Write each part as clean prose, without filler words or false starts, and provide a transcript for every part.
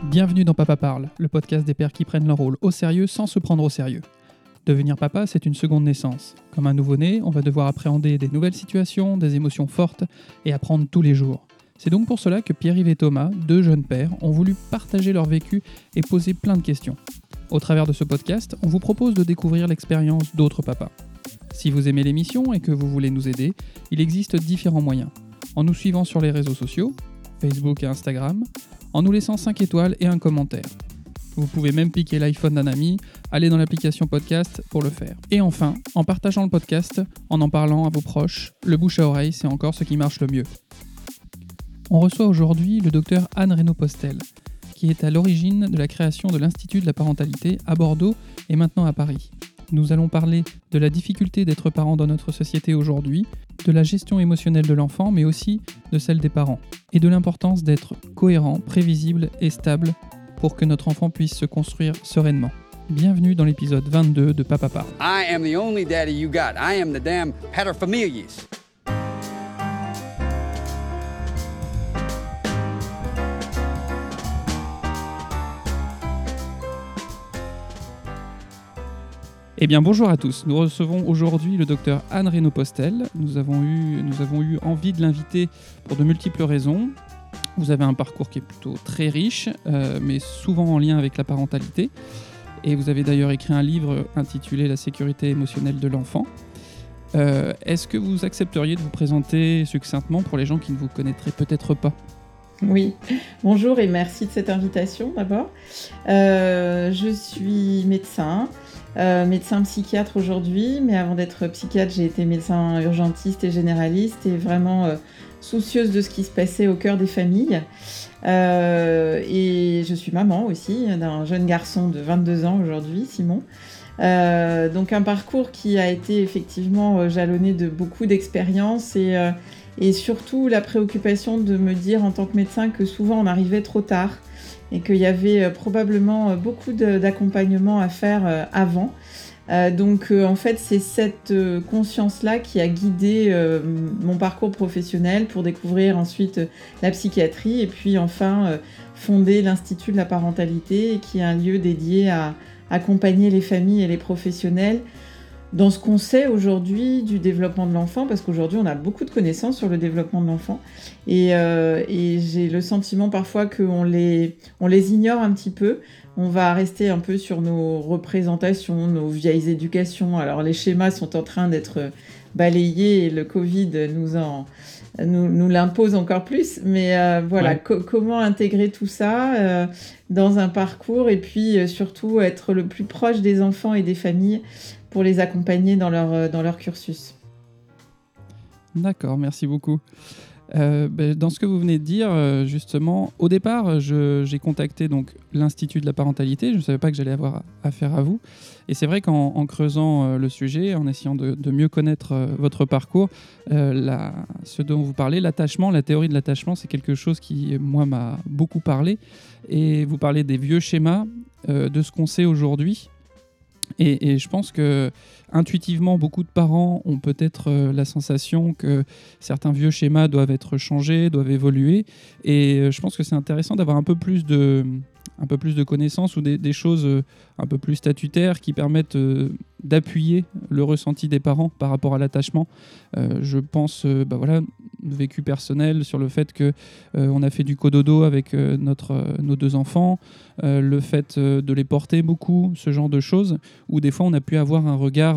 Bienvenue dans Papa Parle, le podcast des pères qui prennent leur rôle au sérieux sans se prendre au sérieux. Devenir papa, c'est une seconde naissance. Comme un nouveau-né, on va devoir appréhender des nouvelles situations, des émotions fortes et apprendre tous les jours. C'est donc pour cela que Pierre-Yves et Thomas, deux jeunes pères, ont voulu partager leur vécu et poser plein de questions. Au travers de ce podcast, on vous propose de découvrir l'expérience d'autres papas. Si vous aimez l'émission et que vous voulez nous aider, il existe différents moyens. En nous suivant sur les réseaux sociaux, Facebook et Instagram, en nous laissant 5 étoiles et un commentaire. Vous pouvez même piquer l'iPhone d'un ami, aller dans l'application podcast pour le faire. Et enfin, en partageant le podcast, en parlant à vos proches, le bouche à oreille, c'est encore ce qui marche le mieux. On reçoit aujourd'hui le docteur Anne Reynaud-Postel, qui est à l'origine de la création de l'Institut de la parentalité à Bordeaux et maintenant à Paris. Nous allons parler de la difficulté d'être parent dans notre société aujourd'hui, de la gestion émotionnelle de l'enfant, mais aussi de celle des parents, et de l'importance d'être cohérent, prévisible et stable pour que notre enfant puisse se construire sereinement. Bienvenue dans l'épisode 22 de Papa Parle. I am the only daddy you got. I am the damn paterfamilias. Eh bien bonjour à tous, nous recevons aujourd'hui le docteur Anne Reynaud-Postel. Nous avons eu envie de l'inviter pour de multiples raisons. Vous avez un parcours qui est plutôt très riche, mais souvent en lien avec la parentalité. Et vous avez d'ailleurs écrit un livre intitulé « La sécurité émotionnelle de l'enfant ». Est-ce que vous accepteriez de vous présenter succinctement pour les gens qui ne vous connaîtraient peut-être pas ? Oui, bonjour et merci de cette invitation d'abord. Je suis médecin psychiatre aujourd'hui, mais avant d'être psychiatre, j'ai été médecin urgentiste et généraliste et vraiment soucieuse de ce qui se passait au cœur des familles. Et je suis maman aussi d'un jeune garçon de 22 ans aujourd'hui, Simon. Donc un parcours qui a été effectivement jalonné de beaucoup d'expériences et surtout la préoccupation de me dire en tant que médecin que souvent on arrivait trop tard et qu'il y avait probablement beaucoup d'accompagnement à faire avant. Donc en fait, c'est cette conscience-là qui a guidé mon parcours professionnel pour découvrir ensuite la psychiatrie et puis enfin fonder l'Institut de la parentalité qui est un lieu dédié à accompagner les familles et les professionnels dans ce qu'on sait aujourd'hui du développement de l'enfant, parce qu'aujourd'hui on a beaucoup de connaissances sur le développement de l'enfant et j'ai le sentiment parfois qu'on les ignore un petit peu. On va rester un peu sur nos représentations, nos vieilles éducations. Alors les schémas sont en train d'être balayés et le Covid nous l'impose encore plus, mais voilà, ouais. Comment intégrer tout ça dans un parcours et puis surtout être le plus proche des enfants et des familles pour les accompagner dans leur cursus. D'accord, merci beaucoup. Dans ce que vous venez de dire, justement, au départ, j'ai contacté donc l'Institut de la parentalité. Je ne savais pas que j'allais avoir affaire à vous. Et c'est vrai qu'en creusant le sujet, en essayant de mieux connaître votre parcours, ce dont vous parlez, l'attachement, la théorie de l'attachement, c'est quelque chose qui, moi, m'a beaucoup parlé. Et vous parlez des vieux schémas, de ce qu'on sait aujourd'hui. Et je pense que intuitivement, beaucoup de parents ont peut-être la sensation que certains vieux schémas doivent être changés, doivent évoluer. Et je pense que c'est intéressant d'avoir un peu plus de connaissances ou des choses un peu plus statutaires qui permettent d'appuyer le ressenti des parents par rapport à l'attachement. Je pense, vécu personnel sur le fait que on a fait du cododo avec nos deux enfants, le fait de les porter beaucoup, ce genre de choses, où des fois on a pu avoir un regard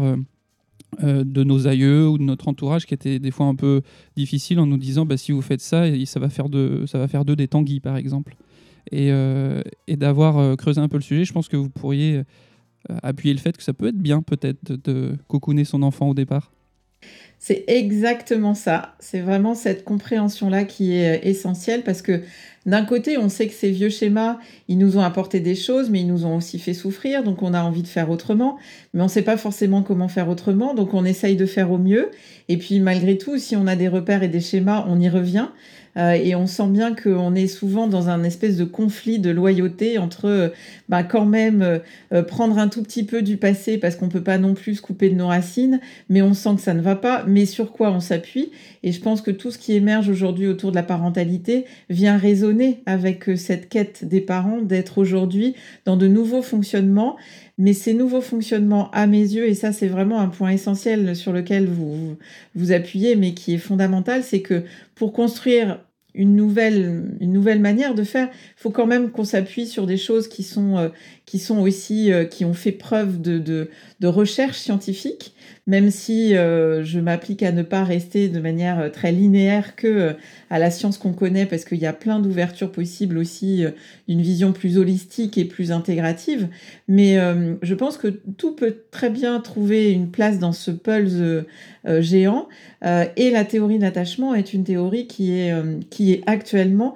de nos aïeux ou de notre entourage qui était des fois un peu difficile en nous disant si vous faites ça, ça va faire d'eux des Tanguy par exemple. Et d'avoir creusé un peu le sujet, je pense que vous pourriez appuyer le fait que ça peut être bien peut-être de cocooner son enfant au départ. C'est exactement ça. C'est vraiment cette compréhension-là qui est essentielle parce que d'un côté, on sait que ces vieux schémas, ils nous ont apporté des choses, mais ils nous ont aussi fait souffrir, donc on a envie de faire autrement, mais on ne sait pas forcément comment faire autrement, donc on essaye de faire au mieux. Et puis malgré tout, si on a des repères et des schémas, on y revient. Et on sent bien qu'on est souvent dans un espèce de conflit de loyauté entre quand même prendre un tout petit peu du passé parce qu'on peut pas non plus se couper de nos racines, mais on sent que ça ne va pas, mais sur quoi on s'appuie. Et je pense que tout ce qui émerge aujourd'hui autour de la parentalité vient résonner avec cette quête des parents d'être aujourd'hui dans de nouveaux fonctionnements. Mais ces nouveaux fonctionnements, à mes yeux, et ça c'est vraiment un point essentiel sur lequel vous appuyez, mais qui est fondamental, c'est que pour construire une nouvelle manière de faire, il faut quand même qu'on s'appuie sur des choses qui sont aussi, qui ont fait preuve de recherche scientifique, même si je m'applique à ne pas rester de manière très linéaire que à la science qu'on connaît, parce qu'il y a plein d'ouvertures possibles aussi, d'une vision plus holistique et plus intégrative. Mais je pense que tout peut très bien trouver une place dans ce pulse géant. Et la théorie de l'attachement est une théorie qui est actuellement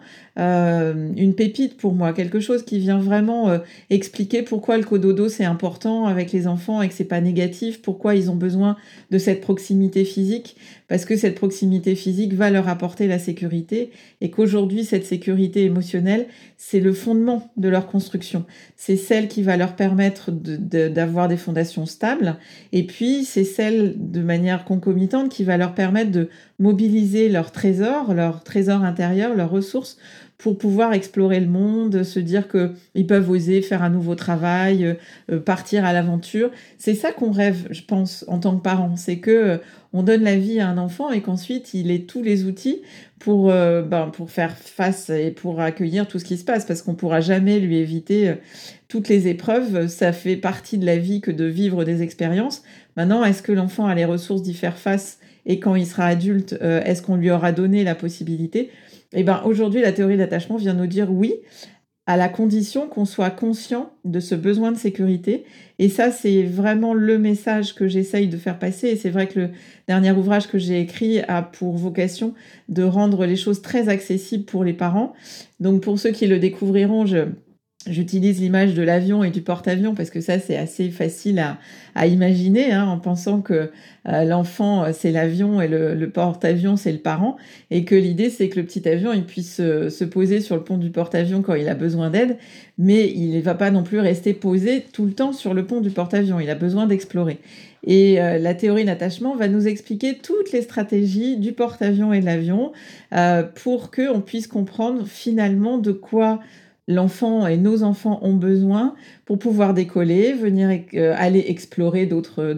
une pépite pour moi, quelque chose qui vient vraiment expliquer pourquoi le cododo c'est important avec les enfants et que c'est pas négatif, pourquoi ils ont besoin de cette proximité physique, parce que cette proximité physique va leur apporter la sécurité et qu'aujourd'hui cette sécurité émotionnelle c'est le fondement de leur construction, c'est celle qui va leur permettre d'avoir des fondations stables et puis c'est celle de manière concomitante qui va leur permettre de mobiliser leur trésor intérieur, leurs ressources pour pouvoir explorer le monde, se dire qu'ils peuvent oser faire un nouveau travail, partir à l'aventure. C'est ça qu'on rêve, je pense, en tant que parent. C'est que on donne la vie à un enfant et qu'ensuite, il ait tous les outils pour faire face et pour accueillir tout ce qui se passe, parce qu'on ne pourra jamais lui éviter toutes les épreuves. Ça fait partie de la vie que de vivre des expériences. Maintenant, est-ce que l'enfant a les ressources d'y faire face et quand il sera adulte, est-ce qu'on lui aura donné la possibilité ? Eh ben, aujourd'hui, la théorie d'attachement vient nous dire oui, à la condition qu'on soit conscient de ce besoin de sécurité. Et ça, c'est vraiment le message que j'essaye de faire passer. Et c'est vrai que le dernier ouvrage que j'ai écrit a pour vocation de rendre les choses très accessibles pour les parents. Donc, pour ceux qui le découvriront, j'utilise l'image de l'avion et du porte-avions parce que ça, c'est assez facile à imaginer, hein, en pensant que l'enfant, c'est l'avion et le porte-avions, c'est le parent. Et que l'idée, c'est que le petit avion, il puisse se poser sur le pont du porte-avions quand il a besoin d'aide. Mais il ne va pas non plus rester posé tout le temps sur le pont du porte-avions. Il a besoin d'explorer. Et la théorie d'attachement va nous expliquer toutes les stratégies du porte-avions et de l'avion pour qu'on puisse comprendre finalement de quoi l'enfant et nos enfants ont besoin pour pouvoir décoller, venir aller explorer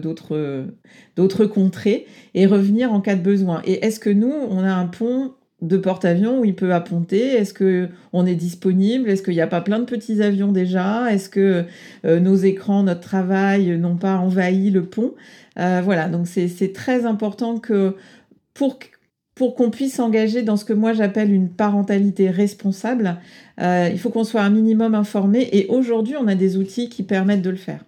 d'autres contrées et revenir en cas de besoin. Et est-ce que nous, on a un pont de porte-avions où il peut apponter ? Est-ce qu'on est disponible ? Est-ce qu'il n'y a pas plein de petits avions déjà ? Est-ce que nos écrans, notre travail n'ont pas envahi le pont ? Voilà, donc c'est très important que pour qu'on puisse s'engager dans ce que moi j'appelle une parentalité responsable, il faut qu'on soit un minimum informé. Et aujourd'hui, on a des outils qui permettent de le faire.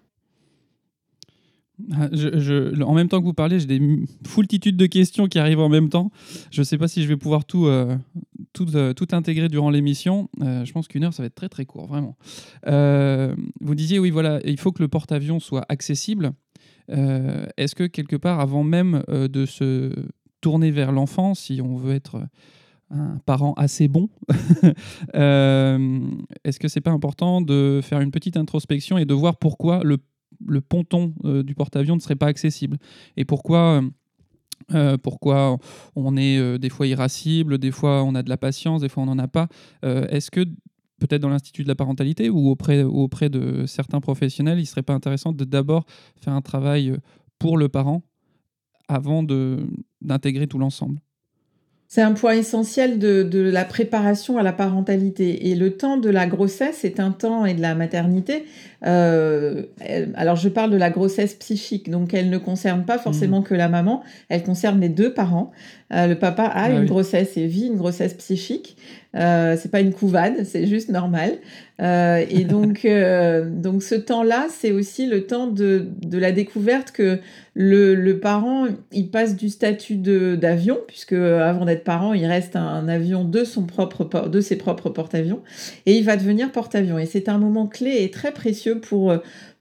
En même temps que vous parlez, j'ai des foultitudes de questions qui arrivent en même temps. Je ne sais pas si je vais pouvoir tout intégrer durant l'émission. Je pense qu'une heure, ça va être très très court, vraiment. Vous disiez, oui, voilà, il faut que le porte-avions soit accessible. Est-ce que quelque part, avant même de se tourner vers l'enfant, si on veut être un parent assez bon, est-ce que c'est pas important de faire une petite introspection et de voir pourquoi le ponton du porte-avions ne serait pas accessible et pourquoi on est des fois irascible, des fois on a de la patience, des fois on n'en a pas. Est-ce que peut-être dans l'Institut de la parentalité ou auprès de certains professionnels, il ne serait pas intéressant de d'abord faire un travail pour le parent avant d'intégrer tout l'ensemble ? C'est un point essentiel de la préparation à la parentalité. Et le temps de la grossesse est un temps, et de la maternité. Alors, je parle de la grossesse psychique, donc elle ne concerne pas forcément que la maman, elle concerne les deux parents. Le papa a une grossesse et vit une grossesse psychique. C'est pas une couvade, c'est juste normal. Et donc ce temps-là, c'est aussi le temps de la découverte que le parent, il passe du statut d'avion, puisque avant d'être parent, il reste un avion de ses propres porte-avions, et il va devenir porte-avions. Et c'est un moment clé et très précieux pour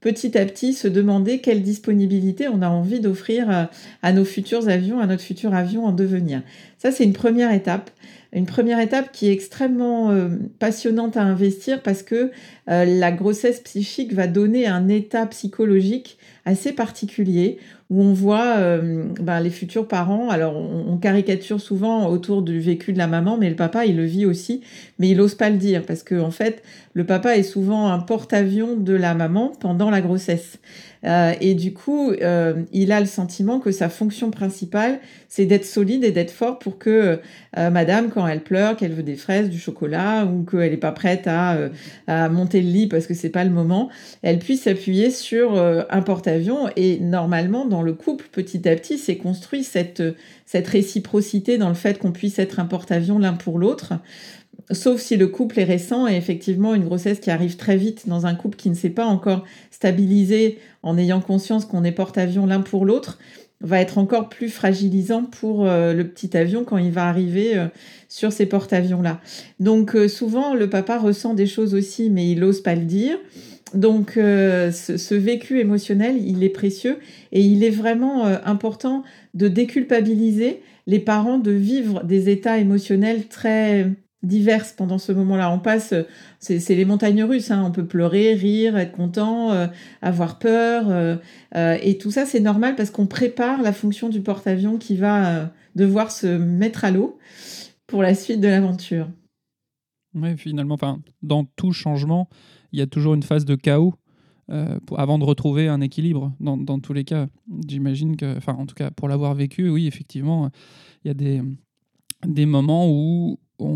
petit à petit se demander quelle disponibilité on a envie d'offrir à nos futurs avions, à notre futur avion en devenir. Ça, c'est une première étape. Une première étape qui est extrêmement passionnante à investir parce que la grossesse psychique va donner un état psychologique assez particulier où on voit les futurs parents. Alors, on caricature souvent autour du vécu de la maman, mais le papa, il le vit aussi, mais il n'ose pas le dire parce que en fait, le papa est souvent un porte-avions de la maman pendant la grossesse. Et du coup, il a le sentiment que sa fonction principale, c'est d'être solide et d'être fort pour que madame, quand elle pleure, qu'elle veut des fraises, du chocolat, ou qu'elle n'est pas prête à monter le lit parce que c'est pas le moment, elle puisse s'appuyer sur un porte-avions. Et normalement, dans le couple, petit à petit, s'est construit cette réciprocité dans le fait qu'on puisse être un porte-avions l'un pour l'autre. Sauf si le couple est récent et effectivement une grossesse qui arrive très vite dans un couple qui ne s'est pas encore stabilisé en ayant conscience qu'on est porte-avions l'un pour l'autre va être encore plus fragilisant pour le petit avion quand il va arriver sur ces porte-avions-là. Donc souvent le papa ressent des choses aussi mais il n'ose pas le dire. Donc ce vécu émotionnel, il est précieux et il est vraiment important de déculpabiliser les parents de vivre des états émotionnels très diverses pendant ce moment-là. On passe, c'est les montagnes russes, hein. On peut pleurer, rire, être content, avoir peur, et tout ça c'est normal parce qu'on prépare la fonction du porte-avions qui va devoir se mettre à l'eau pour la suite de l'aventure. Oui, finalement, dans tout changement, il y a toujours une phase de chaos avant de retrouver un équilibre. Dans tous les cas, j'imagine que, en tout cas pour l'avoir vécu, oui, effectivement, il y a des moments où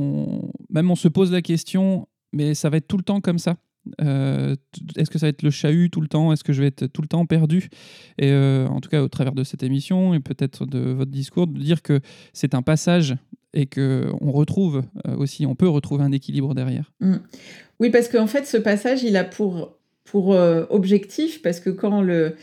on se pose la question, mais ça va être tout le temps comme ça. Est-ce que ça va être le chahut tout le temps? Est-ce que je vais être tout le temps perdu? Et en tout cas, au travers de cette émission et peut-être de votre discours, de dire que c'est un passage et qu'on retrouve aussi, on peut retrouver un équilibre derrière. Oui, parce qu'en fait, ce passage, il a pour objectif, parce que quand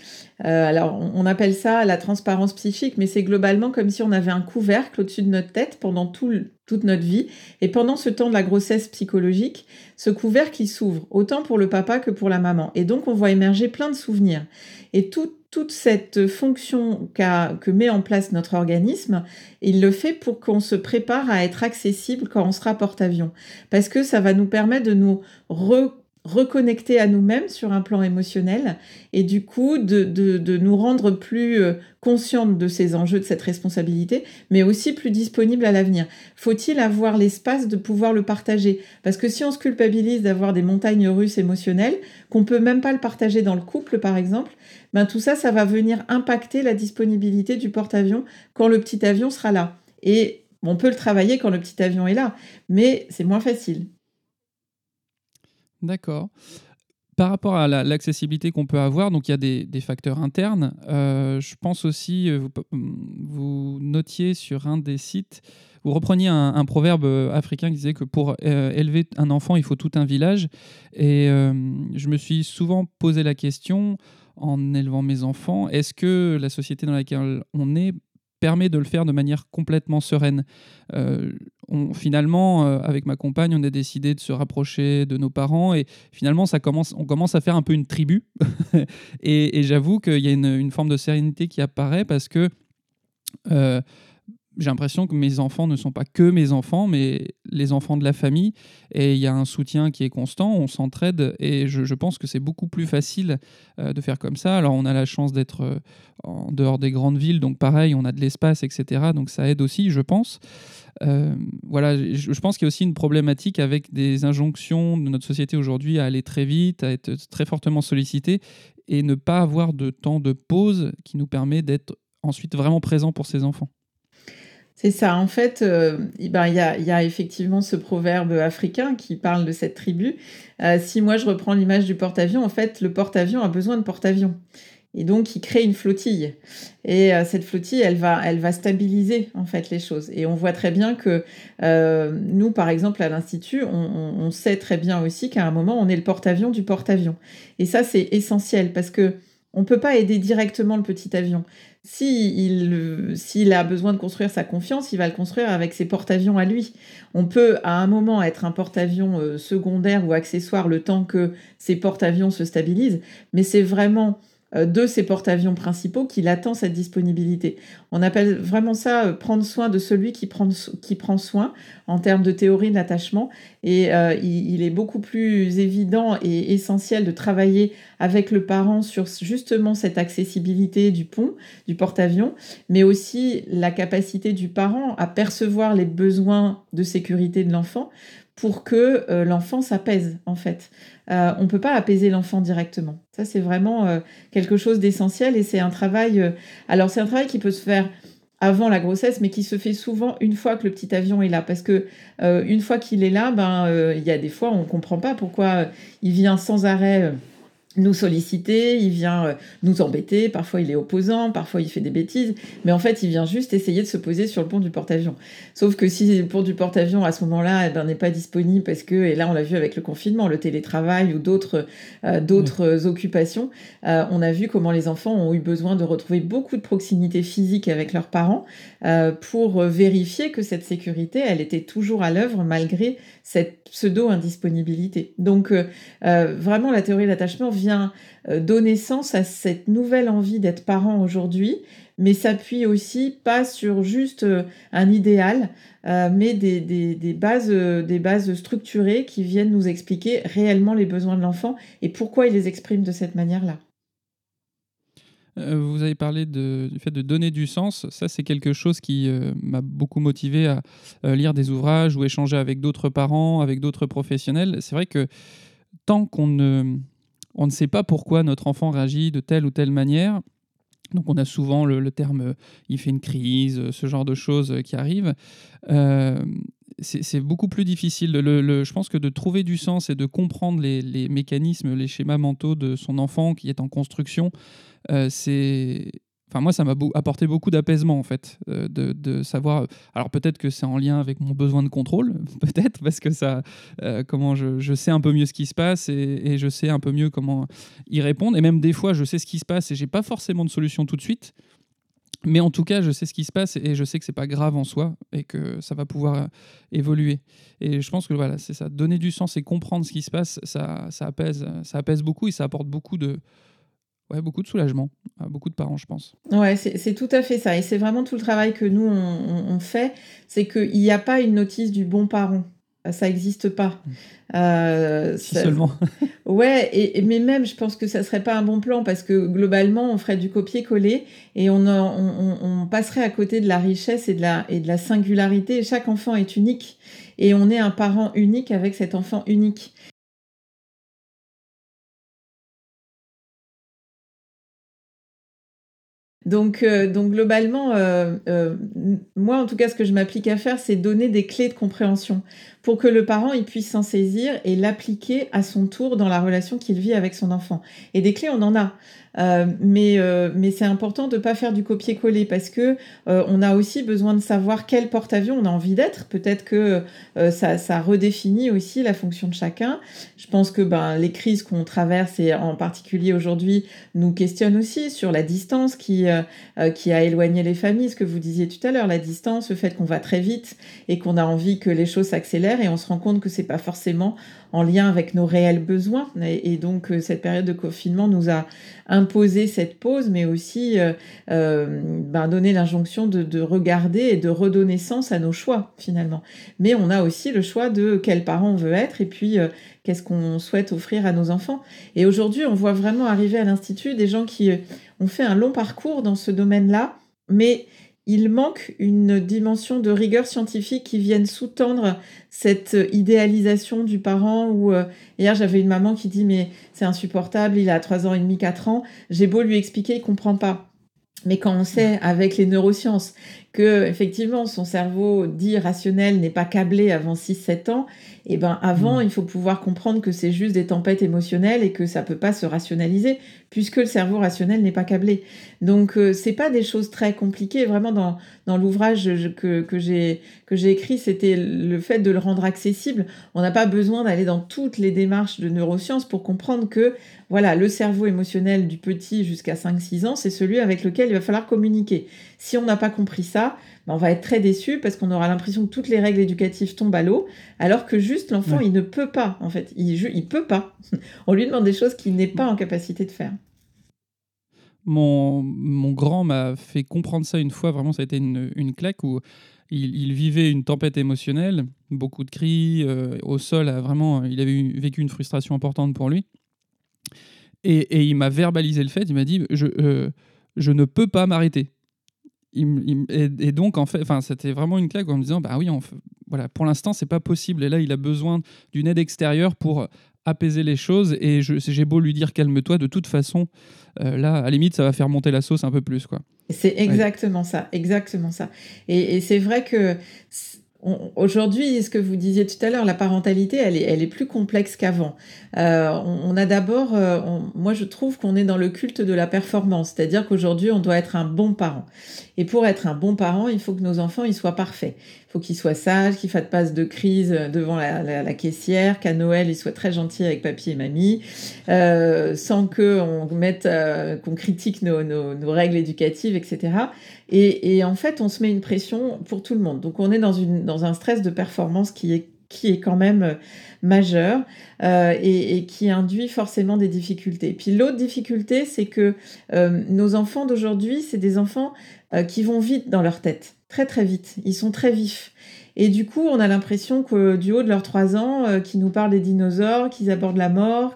alors on appelle ça la transparence psychique, mais c'est globalement comme si on avait un couvercle au-dessus de notre tête pendant toute notre vie, et pendant ce temps de la grossesse psychologique, ce couvercle il s'ouvre, autant pour le papa que pour la maman, et donc on voit émerger plein de souvenirs, et toute cette fonction que met en place notre organisme, il le fait pour qu'on se prépare à être accessible quand on sera porte-avions, parce que ça va nous permettre de nous reconnecter à nous-mêmes sur un plan émotionnel et du coup de nous rendre plus conscientes de ces enjeux, de cette responsabilité, mais aussi plus disponibles à l'avenir. Faut-il avoir l'espace de pouvoir le partager? Parce que si on se culpabilise d'avoir des montagnes russes émotionnelles, qu'on peut même pas le partager dans le couple par exemple, tout ça va venir impacter la disponibilité du porte-avions quand le petit avion sera là. Et on peut le travailler quand le petit avion est là, mais c'est moins facile. D'accord. Par rapport à l'accessibilité qu'on peut avoir, donc il y a des facteurs internes. Je pense aussi, vous notiez sur un des sites, vous repreniez un proverbe africain qui disait que pour élever un enfant, il faut tout un village. Et je me suis souvent posé la question, en élevant mes enfants, est-ce que la société dans laquelle on est permet de le faire de manière complètement sereine. Finalement, avec ma compagne, on a décidé de se rapprocher de nos parents et finalement, on commence à faire un peu une tribu. et j'avoue qu'il y a une forme de sérénité qui apparaît parce que j'ai l'impression que mes enfants ne sont pas que mes enfants, mais les enfants de la famille. Et il y a un soutien qui est constant, on s'entraide. Et je pense que c'est beaucoup plus facile de faire comme ça. Alors, on a la chance d'être en dehors des grandes villes. Donc, pareil, on a de l'espace, etc. Donc, ça aide aussi, je pense. Voilà, je pense qu'il y a aussi une problématique avec des injonctions de notre société aujourd'hui à aller très vite, à être très fortement sollicité et ne pas avoir de temps de pause qui nous permet d'être ensuite vraiment présent pour ses enfants. C'est ça. En fait, il y a effectivement ce proverbe africain qui parle de cette tribu. Si moi, je reprends l'image du porte-avions, en fait, le porte-avions a besoin de porte-avions. Et donc, il crée une flottille. Et cette flottille, elle va stabiliser, en fait, les choses. Et on voit très bien que nous, par exemple, à l'Institut, on sait très bien aussi qu'à un moment, on est le porte-avions du porte-avions. Et ça, c'est essentiel parce que on ne peut pas aider directement le petit avion. s'il a besoin de construire sa confiance, il va le construire avec ses porte-avions à lui. On peut à un moment être un porte-avions secondaire ou accessoire le temps que ses porte-avions se stabilisent, mais c'est vraiment de ces porte-avions principaux qu'il attend cette disponibilité. On appelle vraiment ça prendre soin de celui qui prend soin en termes de théorie de l'attachement. Et il est beaucoup plus évident et essentiel de travailler avec le parent sur justement cette accessibilité du pont, du porte-avions, mais aussi la capacité du parent à percevoir les besoins de sécurité de l'enfant pour que l'enfant s'apaise, en fait. On ne peut pas apaiser l'enfant directement. Ça, c'est vraiment quelque chose d'essentiel et c'est un travail... c'est un travail qui peut se faire avant la grossesse, mais qui se fait souvent une fois que le petit avion est là. Parce que une fois qu'il est là, il y a des fois, on ne comprend pas pourquoi il vient sans arrêt... nous solliciter, il vient nous embêter, parfois il est opposant, parfois il fait des bêtises, mais en fait il vient juste essayer de se poser sur le pont du porte-avions. Sauf que si le pont du porte-avions à ce moment-là n'est pas disponible parce que, et là on l'a vu avec le confinement, le télétravail ou d'autres occupations, on a vu comment les enfants ont eu besoin de retrouver beaucoup de proximité physique avec leurs parents pour vérifier que cette sécurité, elle était toujours à l'œuvre malgré cette pseudo-indisponibilité. Donc vraiment la théorie de l'attachement vient donner sens à cette nouvelle envie d'être parent aujourd'hui, mais s'appuie aussi pas sur juste un idéal, mais des bases structurées qui viennent nous expliquer réellement les besoins de l'enfant et pourquoi il les exprime de cette manière-là. Vous avez parlé du fait de donner du sens. Ça, c'est quelque chose qui m'a beaucoup motivé à lire des ouvrages ou échanger avec d'autres parents, avec d'autres professionnels. C'est vrai que tant qu'on ne sait pas pourquoi notre enfant réagit de telle ou telle manière, donc on a souvent le terme il fait une crise, ce genre de choses qui arrivent. C'est beaucoup plus difficile. Je pense que de trouver du sens et de comprendre les mécanismes, les schémas mentaux de son enfant qui est en construction, Enfin, moi, ça m'a apporté beaucoup d'apaisement, en fait, de savoir... Alors, peut-être que c'est en lien avec mon besoin de contrôle, peut-être, parce que ça, comment je sais un peu mieux ce qui se passe et je sais un peu mieux comment y répondre. Et même des fois, je sais ce qui se passe et j'ai pas forcément de solution tout de suite. Mais en tout cas, je sais ce qui se passe et je sais que c'est pas grave en soi et que ça va pouvoir évoluer. Et je pense que voilà, c'est ça. Donner du sens et comprendre ce qui se passe, ça apaise beaucoup et ça apporte beaucoup de soulagement à beaucoup de parents, je pense. Ouais, c'est tout à fait ça. Et c'est vraiment tout le travail que nous, on fait. C'est qu'il n'y a pas une notice du bon parent. Ça n'existe pas. Si seulement. Ouais, mais même, je pense que ça serait pas un bon plan parce que globalement, on ferait du copier-coller et on passerait à côté de la richesse et de la singularité. Chaque enfant est unique et on est un parent unique avec cet enfant unique. Donc globalement, moi, en tout cas, ce que je m'applique à faire, c'est donner des clés de compréhension pour que le parent il puisse s'en saisir et l'appliquer à son tour dans la relation qu'il vit avec son enfant. Et des clés, on en a. Mais c'est important de ne pas faire du copier-coller parce que on a aussi besoin de savoir quel porte-avions on a envie d'être. Peut-être que ça redéfinit aussi la fonction de chacun. Je pense que les crises qu'on traverse, et en particulier aujourd'hui, nous questionnent aussi sur la distance qui a éloigné les familles. Ce que vous disiez tout à l'heure, la distance, le fait qu'on va très vite et qu'on a envie que les choses s'accélèrent et on se rend compte que c'est pas forcément en lien avec nos réels besoins. Et donc, cette période de confinement nous a imposé cette pause, mais aussi donné l'injonction de regarder et de redonner sens à nos choix, finalement. Mais on a aussi le choix de quel parent on veut être et puis qu'est-ce qu'on souhaite offrir à nos enfants. Et aujourd'hui, on voit vraiment arriver à l'Institut des gens qui ont fait un long parcours dans ce domaine-là, mais il manque une dimension de rigueur scientifique qui vienne sous-tendre cette idéalisation du parent où hier j'avais une maman qui dit mais c'est insupportable, il a 3 ans et demi, 4 ans, j'ai beau lui expliquer, il comprend pas. Mais quand on sait avec les neurosciences que effectivement son cerveau dit rationnel n'est pas câblé avant 6-7 ans, et ben avant, il faut pouvoir comprendre que c'est juste des tempêtes émotionnelles et que ça peut pas se rationaliser puisque le cerveau rationnel n'est pas câblé. Donc c'est pas des choses très compliquées. Vraiment dans l'ouvrage que j'ai écrit, c'était le fait de le rendre accessible. On n'a pas besoin d'aller dans toutes les démarches de neurosciences pour comprendre que voilà, le cerveau émotionnel du petit jusqu'à 5-6 ans, c'est celui avec lequel il va falloir communiquer. Si on n'a pas compris ça, ben on va être très déçu parce qu'on aura l'impression que toutes les règles éducatives tombent à l'eau, alors que juste l'enfant, il ne peut pas, en fait. Il peut pas. On lui demande des choses qu'il n'est pas en capacité de faire. Mon grand m'a fait comprendre ça une fois, vraiment ça a été une claque où il vivait une tempête émotionnelle, beaucoup de cris, au sol, vraiment, il avait vécu une frustration importante pour lui. Et il m'a verbalisé le fait, il m'a dit je ne peux pas m'arrêter. Et donc, en fait, c'était vraiment une claque en me disant bah oui, voilà, pour l'instant, c'est pas possible. Et là, il a besoin d'une aide extérieure pour apaiser les choses. Et j'ai beau lui dire calme-toi, de toute façon, là, à la limite, ça va faire monter la sauce un peu plus, quoi. C'est exactement ça, exactement ça. Et c'est vrai que aujourd'hui, ce que vous disiez tout à l'heure, la parentalité, elle est plus complexe qu'avant. On a d'abord, moi je trouve qu'on est dans le culte de la performance, c'est-à-dire qu'aujourd'hui, on doit être un bon parent. Et pour être un bon parent, il faut que nos enfants ils soient parfaits. Il faut qu'ils soient sages, qu'ils ne fassent pas de crise devant la caissière, qu'à Noël, ils soient très gentils avec papy et mamie, sans qu'on critique nos règles éducatives, etc. Et en fait, on se met une pression pour tout le monde. Donc, on est dans un stress de performance qui est quand même majeur et qui induit forcément des difficultés. Puis l'autre difficulté, c'est que nos enfants d'aujourd'hui, c'est des enfants qui vont vite dans leur tête, très très vite. Ils sont très vifs. Et du coup, on a l'impression que du haut de leurs 3 ans, qu'ils nous parlent des dinosaures, qu'ils abordent la mort,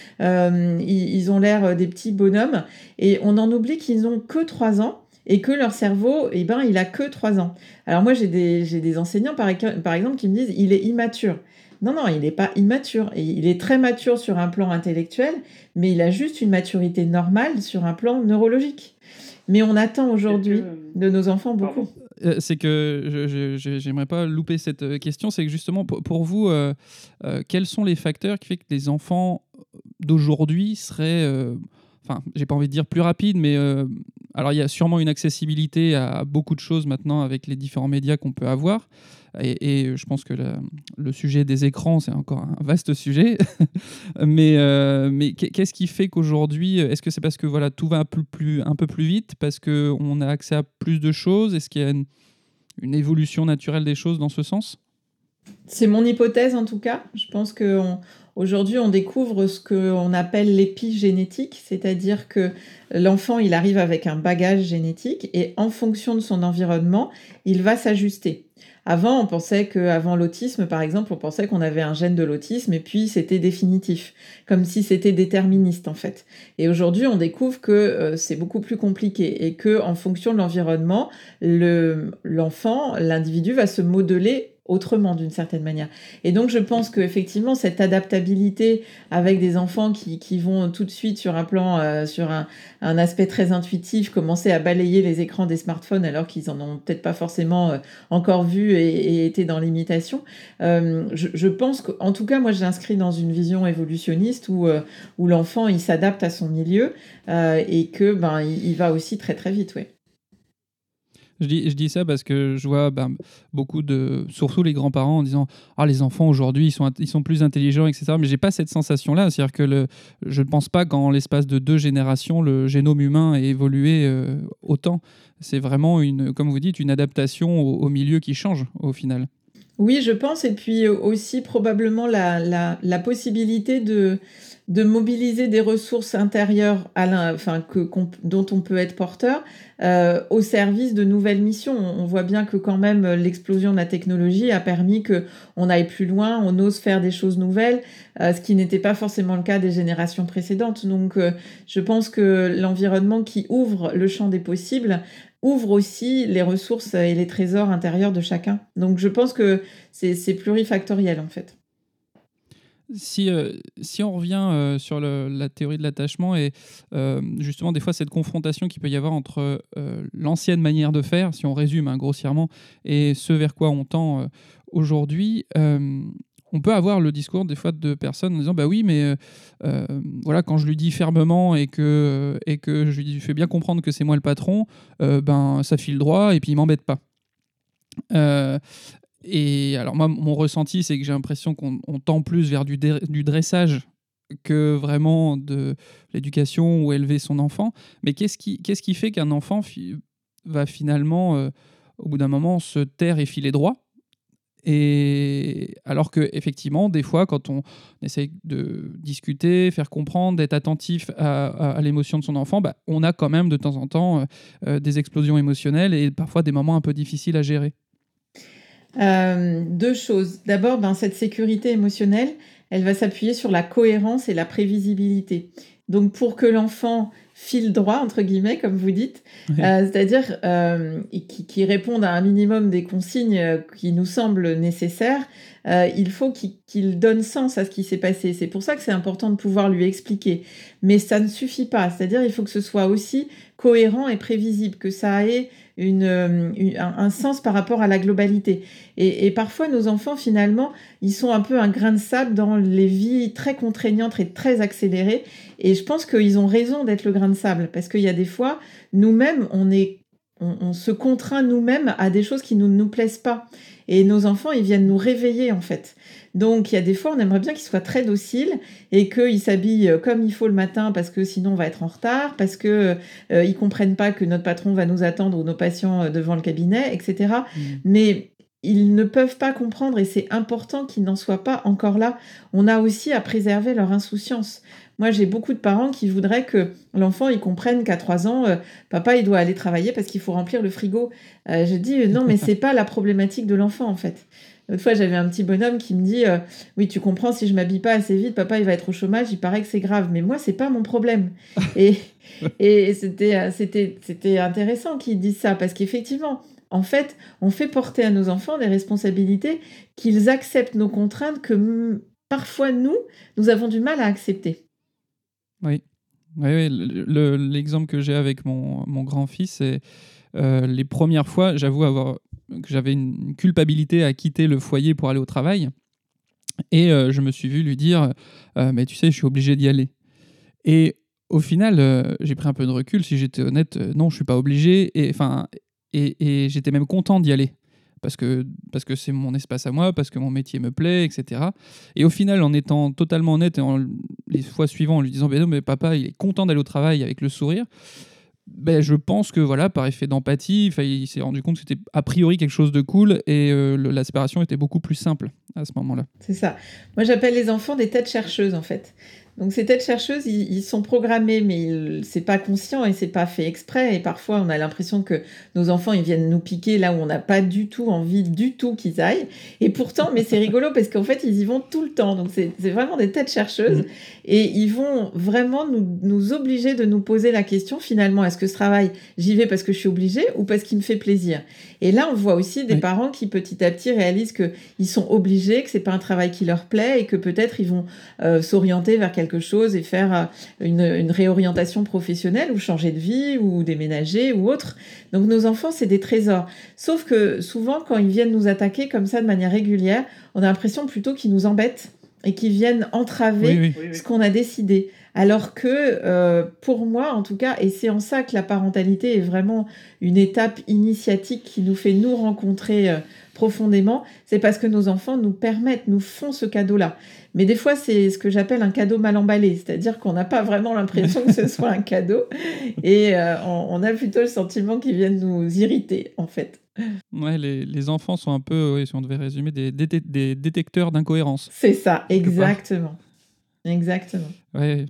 qu'ils ont l'air des petits bonhommes. Et on en oublie qu'ils n'ont que 3 ans. Et que leur cerveau, eh ben, il a que 3 ans. Alors moi, j'ai des enseignants, par exemple, qui me disent il est immature. Non, il n'est pas immature. Et il est très mature sur un plan intellectuel, mais il a juste une maturité normale sur un plan neurologique. Mais on attend aujourd'hui de nos enfants beaucoup. C'est que j'aimerais pas louper cette question. C'est que justement, pour vous, quels sont les facteurs qui font que les enfants d'aujourd'hui seraient... Enfin, j'ai pas envie de dire plus rapide, mais alors il y a sûrement une accessibilité à beaucoup de choses maintenant avec les différents médias qu'on peut avoir. Et je pense que le sujet des écrans, c'est encore un vaste sujet. mais qu'est-ce qui fait qu'aujourd'hui, est-ce que c'est parce que voilà, tout va un peu plus vite, parce qu'on a accès à plus de choses? Est-ce qu'il y a une évolution naturelle des choses dans ce sens? C'est mon hypothèse en tout cas. Je pense qu'aujourd'hui, on découvre ce qu'on appelle l'épigénétique, c'est-à-dire que l'enfant, il arrive avec un bagage génétique et en fonction de son environnement, il va s'ajuster. Avant, on pensait qu'avant l'autisme, par exemple, on pensait qu'on avait un gène de l'autisme et puis c'était définitif, comme si c'était déterministe en fait. Et aujourd'hui, on découvre que c'est beaucoup plus compliqué et que en fonction de l'environnement, l'enfant, l'individu va se modeler autrement d'une certaine manière. Et donc je pense qu'effectivement cette adaptabilité avec des enfants qui vont tout de suite sur un plan, sur un aspect très intuitif, commencer à balayer les écrans des smartphones alors qu'ils en ont peut-être pas forcément encore vu et été dans l'imitation. Je pense qu'en tout cas moi je l'inscris dans une vision évolutionniste où l'enfant il s'adapte à son milieu et que il va aussi très très vite, ouais. Je dis ça parce que je vois beaucoup surtout les grands-parents en disant les enfants aujourd'hui ils sont plus intelligents, etc. Mais j'ai pas cette sensation-là, c'est-à-dire que je ne pense pas qu'en l'espace de 2 générations le génome humain ait évolué autant. C'est vraiment comme vous dites, une adaptation au milieu qui change au final. Oui, je pense, et puis aussi probablement la possibilité de mobiliser des ressources intérieures dont on peut être porteur au service de nouvelles missions. On voit bien que quand même l'explosion de la technologie a permis qu'on aille plus loin, on ose faire des choses nouvelles, ce qui n'était pas forcément le cas des générations précédentes. Donc je pense que l'environnement qui ouvre le champ des possibles ouvre aussi les ressources et les trésors intérieurs de chacun. Donc je pense que c'est plurifactoriel en fait. Si on revient sur la théorie de l'attachement et justement des fois cette confrontation qu'il peut y avoir entre l'ancienne manière de faire, si on résume grossièrement, et ce vers quoi on tend aujourd'hui, on peut avoir le discours des fois de personnes en disant bah oui mais voilà, quand je lui dis fermement et que je lui fais bien comprendre que c'est moi le patron, ben ça file droit et puis il m'embête pas. Euh, et alors moi, mon ressenti, c'est que j'ai l'impression qu'on tend plus vers du dressage que vraiment de l'éducation ou élever son enfant. Mais qu'est-ce qui fait qu'un enfant va finalement, au bout d'un moment, se taire et filer droit? Et alors que effectivement, des fois, quand on essaye de discuter, faire comprendre, d'être attentif à l'émotion de son enfant, bah, on a quand même de temps en temps des explosions émotionnelles et parfois des moments un peu difficiles à gérer. Deux choses. D'abord, cette sécurité émotionnelle, elle va s'appuyer sur la cohérence et la prévisibilité. Donc, pour que l'enfant file droit, entre guillemets, comme vous dites, Ouais. c'est-à-dire qui réponde à un minimum des consignes qui nous semblent nécessaires, il faut qu'il donne sens à ce qui s'est passé. C'est pour ça que c'est important de pouvoir lui expliquer. Mais ça ne suffit pas. C'est-à-dire il faut que ce soit aussi cohérent et prévisible, que ça ait un sens par rapport à la globalité. Et parfois, nos enfants, finalement, ils sont un peu un grain de sable dans les vies très contraignantes et très accélérées. Et je pense qu'ils ont raison d'être le grain de sable, parce qu'il y a des fois, nous-mêmes, on se contraint nous-mêmes à des choses qui ne nous plaisent pas. Et nos enfants, ils viennent nous réveiller, en fait. Donc, il y a des fois, on aimerait bien qu'ils soient très dociles et qu'ils s'habillent comme il faut le matin parce que sinon, on va être en retard, parce qu'ils ne comprennent pas que notre patron va nous attendre ou nos patients devant le cabinet, etc. Mais ils ne peuvent pas comprendre et c'est important qu'ils n'en soient pas encore là. On a aussi à préserver leur insouciance. Moi, j'ai beaucoup de parents qui voudraient que l'enfant, il comprenne qu'à 3 ans, papa, il doit aller travailler parce qu'il faut remplir le frigo. Je dis, non, mais c'est pas la problématique de l'enfant, en fait. L'autre fois, j'avais un petit bonhomme qui me dit, oui, tu comprends, si je m'habille pas assez vite, papa, il va être au chômage, il paraît que c'est grave. Mais moi, c'est pas mon problème. Et c'était intéressant qu'il dise ça parce qu'effectivement, en fait, on fait porter à nos enfants des responsabilités qu'ils acceptent nos contraintes que parfois, nous avons du mal à accepter. Oui. Oui, l'exemple que j'ai avec mon grand-fils, c'est les premières fois, j'avoue que j'avais une culpabilité à quitter le foyer pour aller au travail. Et je me suis vu lui dire mais tu sais, je suis obligé d'y aller. Et au final, j'ai pris un peu de recul. Si j'étais honnête, non, je suis pas obligé. Et j'étais même content d'y aller. Parce que c'est mon espace à moi, parce que mon métier me plaît, etc. Et au final, en étant totalement honnête et les fois suivantes, en lui disant non, mais papa, il est content d'aller au travail avec le sourire, je pense que voilà, par effet d'empathie, il s'est rendu compte que c'était a priori quelque chose de cool et la séparation était beaucoup plus simple à ce moment-là. C'est ça. Moi, j'appelle les enfants des têtes chercheuses, en fait. Donc, ces têtes chercheuses, ils sont programmés, mais c'est pas conscient et c'est pas fait exprès. Et parfois, on a l'impression que nos enfants, ils viennent nous piquer là où on n'a pas du tout envie du tout qu'ils aillent. Et pourtant, mais c'est rigolo parce qu'en fait, ils y vont tout le temps. Donc, c'est vraiment des têtes chercheuses. Et ils vont vraiment nous obliger de nous poser la question, finalement, est-ce que ce travail, j'y vais parce que je suis obligée ou parce qu'il me fait plaisir? Et là, on voit aussi des parents qui, petit à petit, réalisent qu'ils sont obligés, que c'est pas un travail qui leur plaît et que peut-être ils vont s'orienter vers quelque chose et faire une réorientation professionnelle ou changer de vie ou déménager ou autre. Donc nos enfants, c'est des trésors. Sauf que souvent, quand ils viennent nous attaquer comme ça de manière régulière, on a l'impression plutôt qu'ils nous embêtent et qu'ils viennent entraver ce qu'on a décidé. Alors que, pour moi, en tout cas, et c'est en ça que la parentalité est vraiment une étape initiatique qui nous fait nous rencontrer profondément, c'est parce que nos enfants nous font ce cadeau-là. Mais des fois, c'est ce que j'appelle un cadeau mal emballé, c'est-à-dire qu'on n'a pas vraiment l'impression que ce soit un cadeau, et on a plutôt le sentiment qu'ils viennent nous irriter, en fait. Ouais, les enfants sont un peu, si on devait résumer, des détecteurs d'incohérence. C'est ça, exactement. Exactement. Ouais.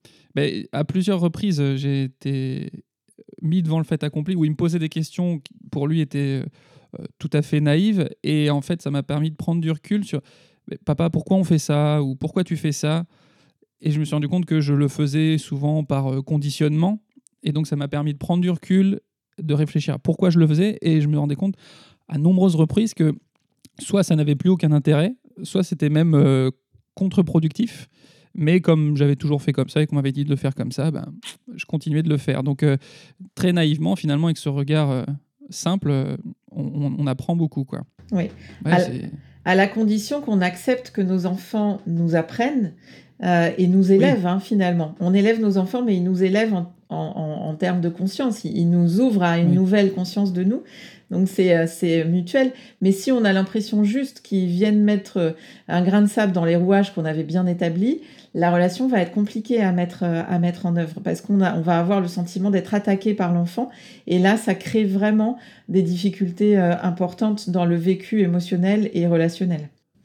À plusieurs reprises, j'ai été mis devant le fait accompli où il me posait des questions qui, pour lui, étaient tout à fait naïves. Et en fait, ça m'a permis de prendre du recul sur papa, pourquoi on fait ça? Ou pourquoi tu fais ça? Et je me suis rendu compte que je le faisais souvent par conditionnement. Et donc, ça m'a permis de prendre du recul, de réfléchir à pourquoi je le faisais. Et je me rendais compte à nombreuses reprises que soit ça n'avait plus aucun intérêt, soit c'était même contre-productif. Mais comme j'avais toujours fait comme ça et qu'on m'avait dit de le faire comme ça, je continuais de le faire. Donc très naïvement, finalement, avec ce regard simple, on apprend beaucoup, quoi. Oui. Ouais, À la condition qu'on accepte que nos enfants nous apprennent et nous élèvent, finalement. On élève nos enfants, mais ils nous élèvent en termes de conscience. Ils nous ouvrent à une nouvelle conscience de nous. Donc c'est mutuel. Mais si on a l'impression juste qu'ils viennent mettre un grain de sable dans les rouages qu'on avait bien établis, la relation va être compliquée à mettre en œuvre parce on va avoir le sentiment d'être attaqué par l'enfant. Et là, ça crée vraiment des difficultés importantes dans le vécu émotionnel et relationnel.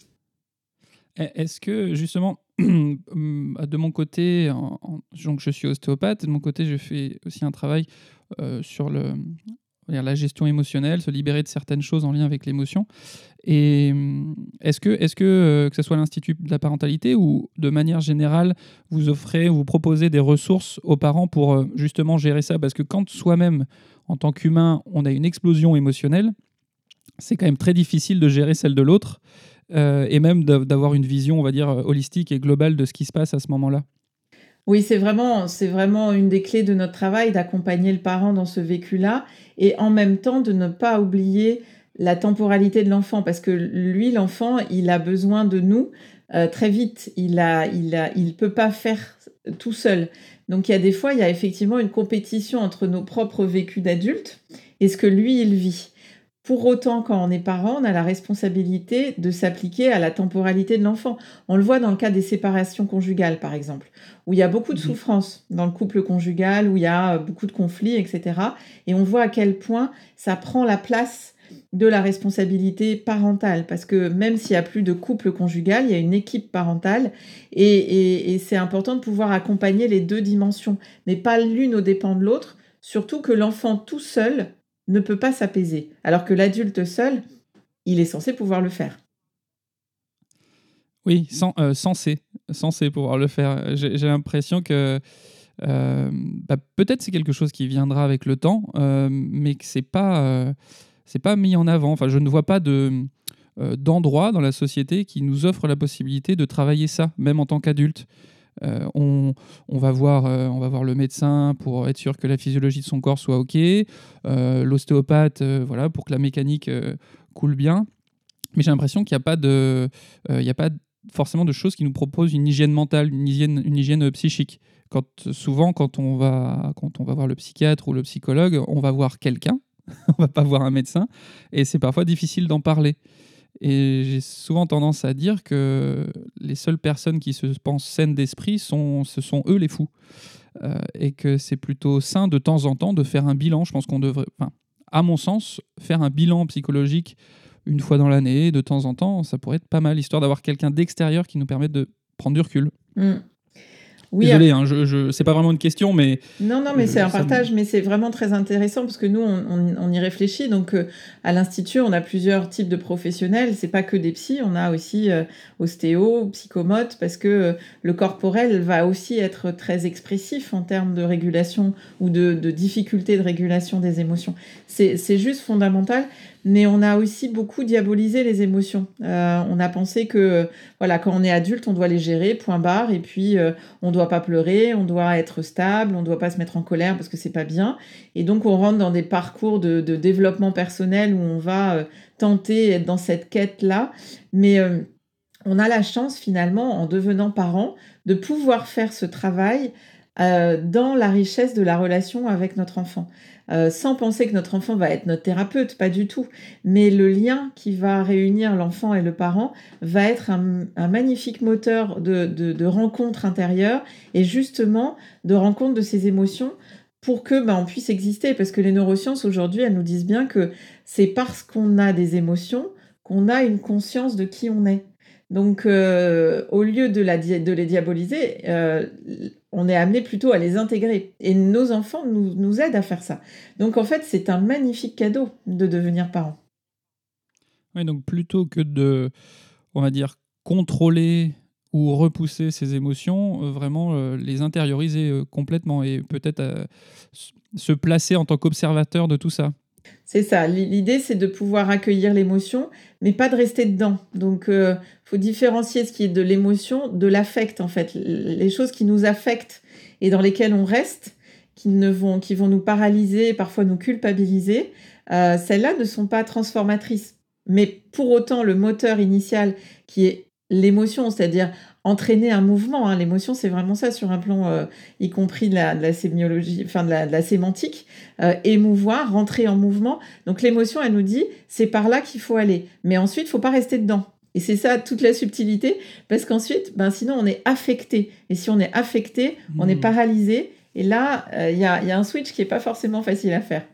Est-ce que, justement, de mon côté, donc je suis ostéopathe, et de mon côté, je fais aussi un travail sur la gestion émotionnelle, se libérer de certaines choses en lien avec l'émotion. Et est-ce que ce soit l'Institut de la parentalité ou de manière générale, vous proposez des ressources aux parents pour justement gérer ça? Parce que quand soi-même, en tant qu'humain, on a une explosion émotionnelle, c'est quand même très difficile de gérer celle de l'autre et même d'avoir une vision, on va dire, holistique et globale de ce qui se passe à ce moment-là. Oui, c'est vraiment une des clés de notre travail, d'accompagner le parent dans ce vécu-là et en même temps de ne pas oublier la temporalité de l'enfant parce que lui, l'enfant, il a besoin de nous très vite. Il peut pas faire tout seul. Donc il y a des fois, il y a effectivement une compétition entre nos propres vécus d'adultes et ce que lui, il vit. Pour autant, quand on est parent, on a la responsabilité de s'appliquer à la temporalité de l'enfant. On le voit dans le cas des séparations conjugales, par exemple, où il y a beaucoup de souffrance dans le couple conjugal, où il y a beaucoup de conflits, etc. Et on voit à quel point ça prend la place de la responsabilité parentale, parce que même s'il n'y a plus de couple conjugal, il y a une équipe parentale, et c'est important de pouvoir accompagner les deux dimensions, mais pas l'une aux dépens de l'autre, surtout que l'enfant tout seul ne peut pas s'apaiser, alors que l'adulte seul, il est censé pouvoir le faire. Oui, censé pouvoir le faire. J'ai l'impression que peut-être c'est quelque chose qui viendra avec le temps, mais que c'est pas mis en avant. Enfin, je ne vois pas d'endroit dans la société qui nous offre la possibilité de travailler ça, même en tant qu'adulte. On va voir le médecin pour être sûr que la physiologie de son corps soit OK, l'ostéopathe voilà, pour que la mécanique coule bien. Mais j'ai l'impression qu'il n'y a pas forcément de choses qui nous proposent une hygiène mentale, une hygiène psychique. Souvent, quand on va voir le psychiatre ou le psychologue, on va voir quelqu'un, on va pas voir un médecin, et c'est parfois difficile d'en parler. Et j'ai souvent tendance à dire que les seules personnes qui se pensent saines d'esprit, ce sont eux les fous. Et que c'est plutôt sain de temps en temps de faire un bilan. Je pense qu'on devrait, à mon sens, faire un bilan psychologique une fois dans l'année, de temps en temps, ça pourrait être pas mal, histoire d'avoir quelqu'un d'extérieur qui nous permette de prendre du recul. Oui, désolé, c'est pas vraiment une question, mais... Non, mais c'est un partage, mais c'est vraiment très intéressant parce que nous, on y réfléchit. Donc, à l'Institut, on a plusieurs types de professionnels. C'est pas que des psys, on a aussi ostéo, psychomote, parce que le corporel va aussi être très expressif en termes de régulation ou de difficulté de régulation des émotions. C'est juste fondamental. Mais on a aussi beaucoup diabolisé les émotions. On a pensé que voilà, quand on est adulte, on doit les gérer, point barre, et puis on doit pas pleurer, on doit être stable, on doit pas se mettre en colère parce que c'est pas bien. Et donc on rentre dans des parcours de développement personnel où on va tenter d'être dans cette quête-là. Mais on a la chance finalement, en devenant parent, de pouvoir faire ce travail dans la richesse de la relation avec notre enfant. Sans penser que notre enfant va être notre thérapeute, pas du tout. Mais le lien qui va réunir l'enfant et le parent va être un magnifique moteur de rencontre intérieure et justement de rencontre de ces émotions pour que on puisse exister. Parce que les neurosciences aujourd'hui, elles nous disent bien que c'est parce qu'on a des émotions qu'on a une conscience de qui on est. Donc, au lieu de les diaboliser, on est amené plutôt à les intégrer. Et nos enfants nous aident à faire ça. Donc, en fait, c'est un magnifique cadeau de devenir parent. Oui, donc plutôt que de, on va dire, contrôler ou repousser ces émotions, vraiment les intérioriser complètement et peut-être se placer en tant qu'observateur de tout ça. C'est ça. L'idée, c'est de pouvoir accueillir l'émotion, mais pas de rester dedans. Donc, faut différencier ce qui est de l'émotion de l'affect, en fait. Les choses qui nous affectent et dans lesquelles on reste, qui vont nous paralyser, parfois nous culpabiliser, celles-là ne sont pas transformatrices. Mais pour autant, le moteur initial, qui est l'émotion, c'est-à-dire entraîner un mouvement, hein, l'émotion, c'est vraiment ça sur un plan, y compris de la sémiologie, enfin de la sémantique, émouvoir, rentrer en mouvement. Donc l'émotion, elle nous dit, c'est par là qu'il faut aller. Mais ensuite, il faut pas rester dedans. Et c'est ça toute la subtilité, parce qu'ensuite, sinon on est affecté. Et si on est affecté, on est paralysé. Et là, il y a un switch qui est pas forcément facile à faire.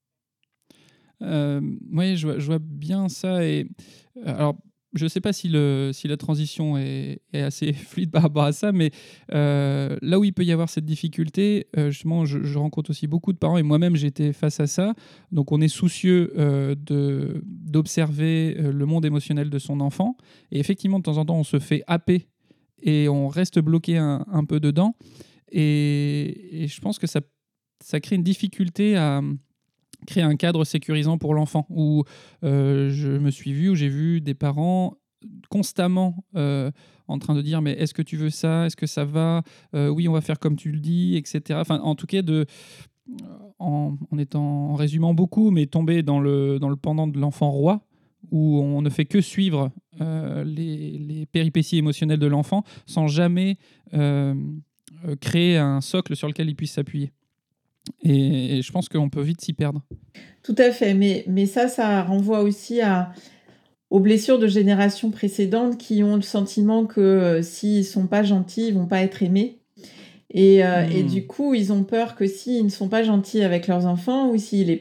Oui, je vois bien ça. Et alors, je ne sais pas si la transition est assez fluide par rapport à ça, mais là où il peut y avoir cette difficulté, justement, je rencontre aussi beaucoup de parents, et moi-même, j'étais face à ça. Donc, on est soucieux d'observer le monde émotionnel de son enfant. Et effectivement, de temps en temps, on se fait happer et on reste bloqué un peu dedans. Et je pense que ça crée une difficulté à créer un cadre sécurisant pour l'enfant, où j'ai vu des parents constamment en train de dire mais est-ce que tu veux ça, est-ce que ça va, oui on va faire comme tu le dis, etc. Enfin, en tout cas en résumant beaucoup, mais tomber dans le pendant de l'enfant roi, où on ne fait que suivre les péripéties émotionnelles de l'enfant sans jamais créer un socle sur lequel il puisse s'appuyer. Et je pense qu'on peut vite s'y perdre. Tout à fait, mais ça renvoie aussi aux blessures de générations précédentes qui ont le sentiment que s'ils ne sont pas gentils, ils ne vont pas être aimés. Et du coup, ils ont peur que s'ils ne sont pas gentils avec leurs enfants, ou s'ils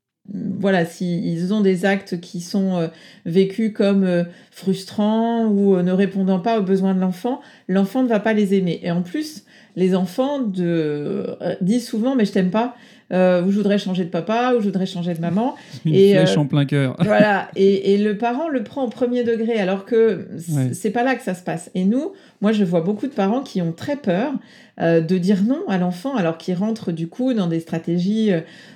ont des actes qui sont vécus comme frustrants ou ne répondant pas aux besoins de l'enfant ne va pas les aimer. Et en plus, les enfants disent souvent « mais je t'aime pas ». Ou je voudrais changer de papa, ou je voudrais changer de maman. Une flèche en plein cœur. Voilà, et le parent le prend au premier degré, alors que c'est pas là que ça se passe. Et moi je vois beaucoup de parents qui ont très peur de dire non à l'enfant, alors qu'ils rentrent du coup dans des stratégies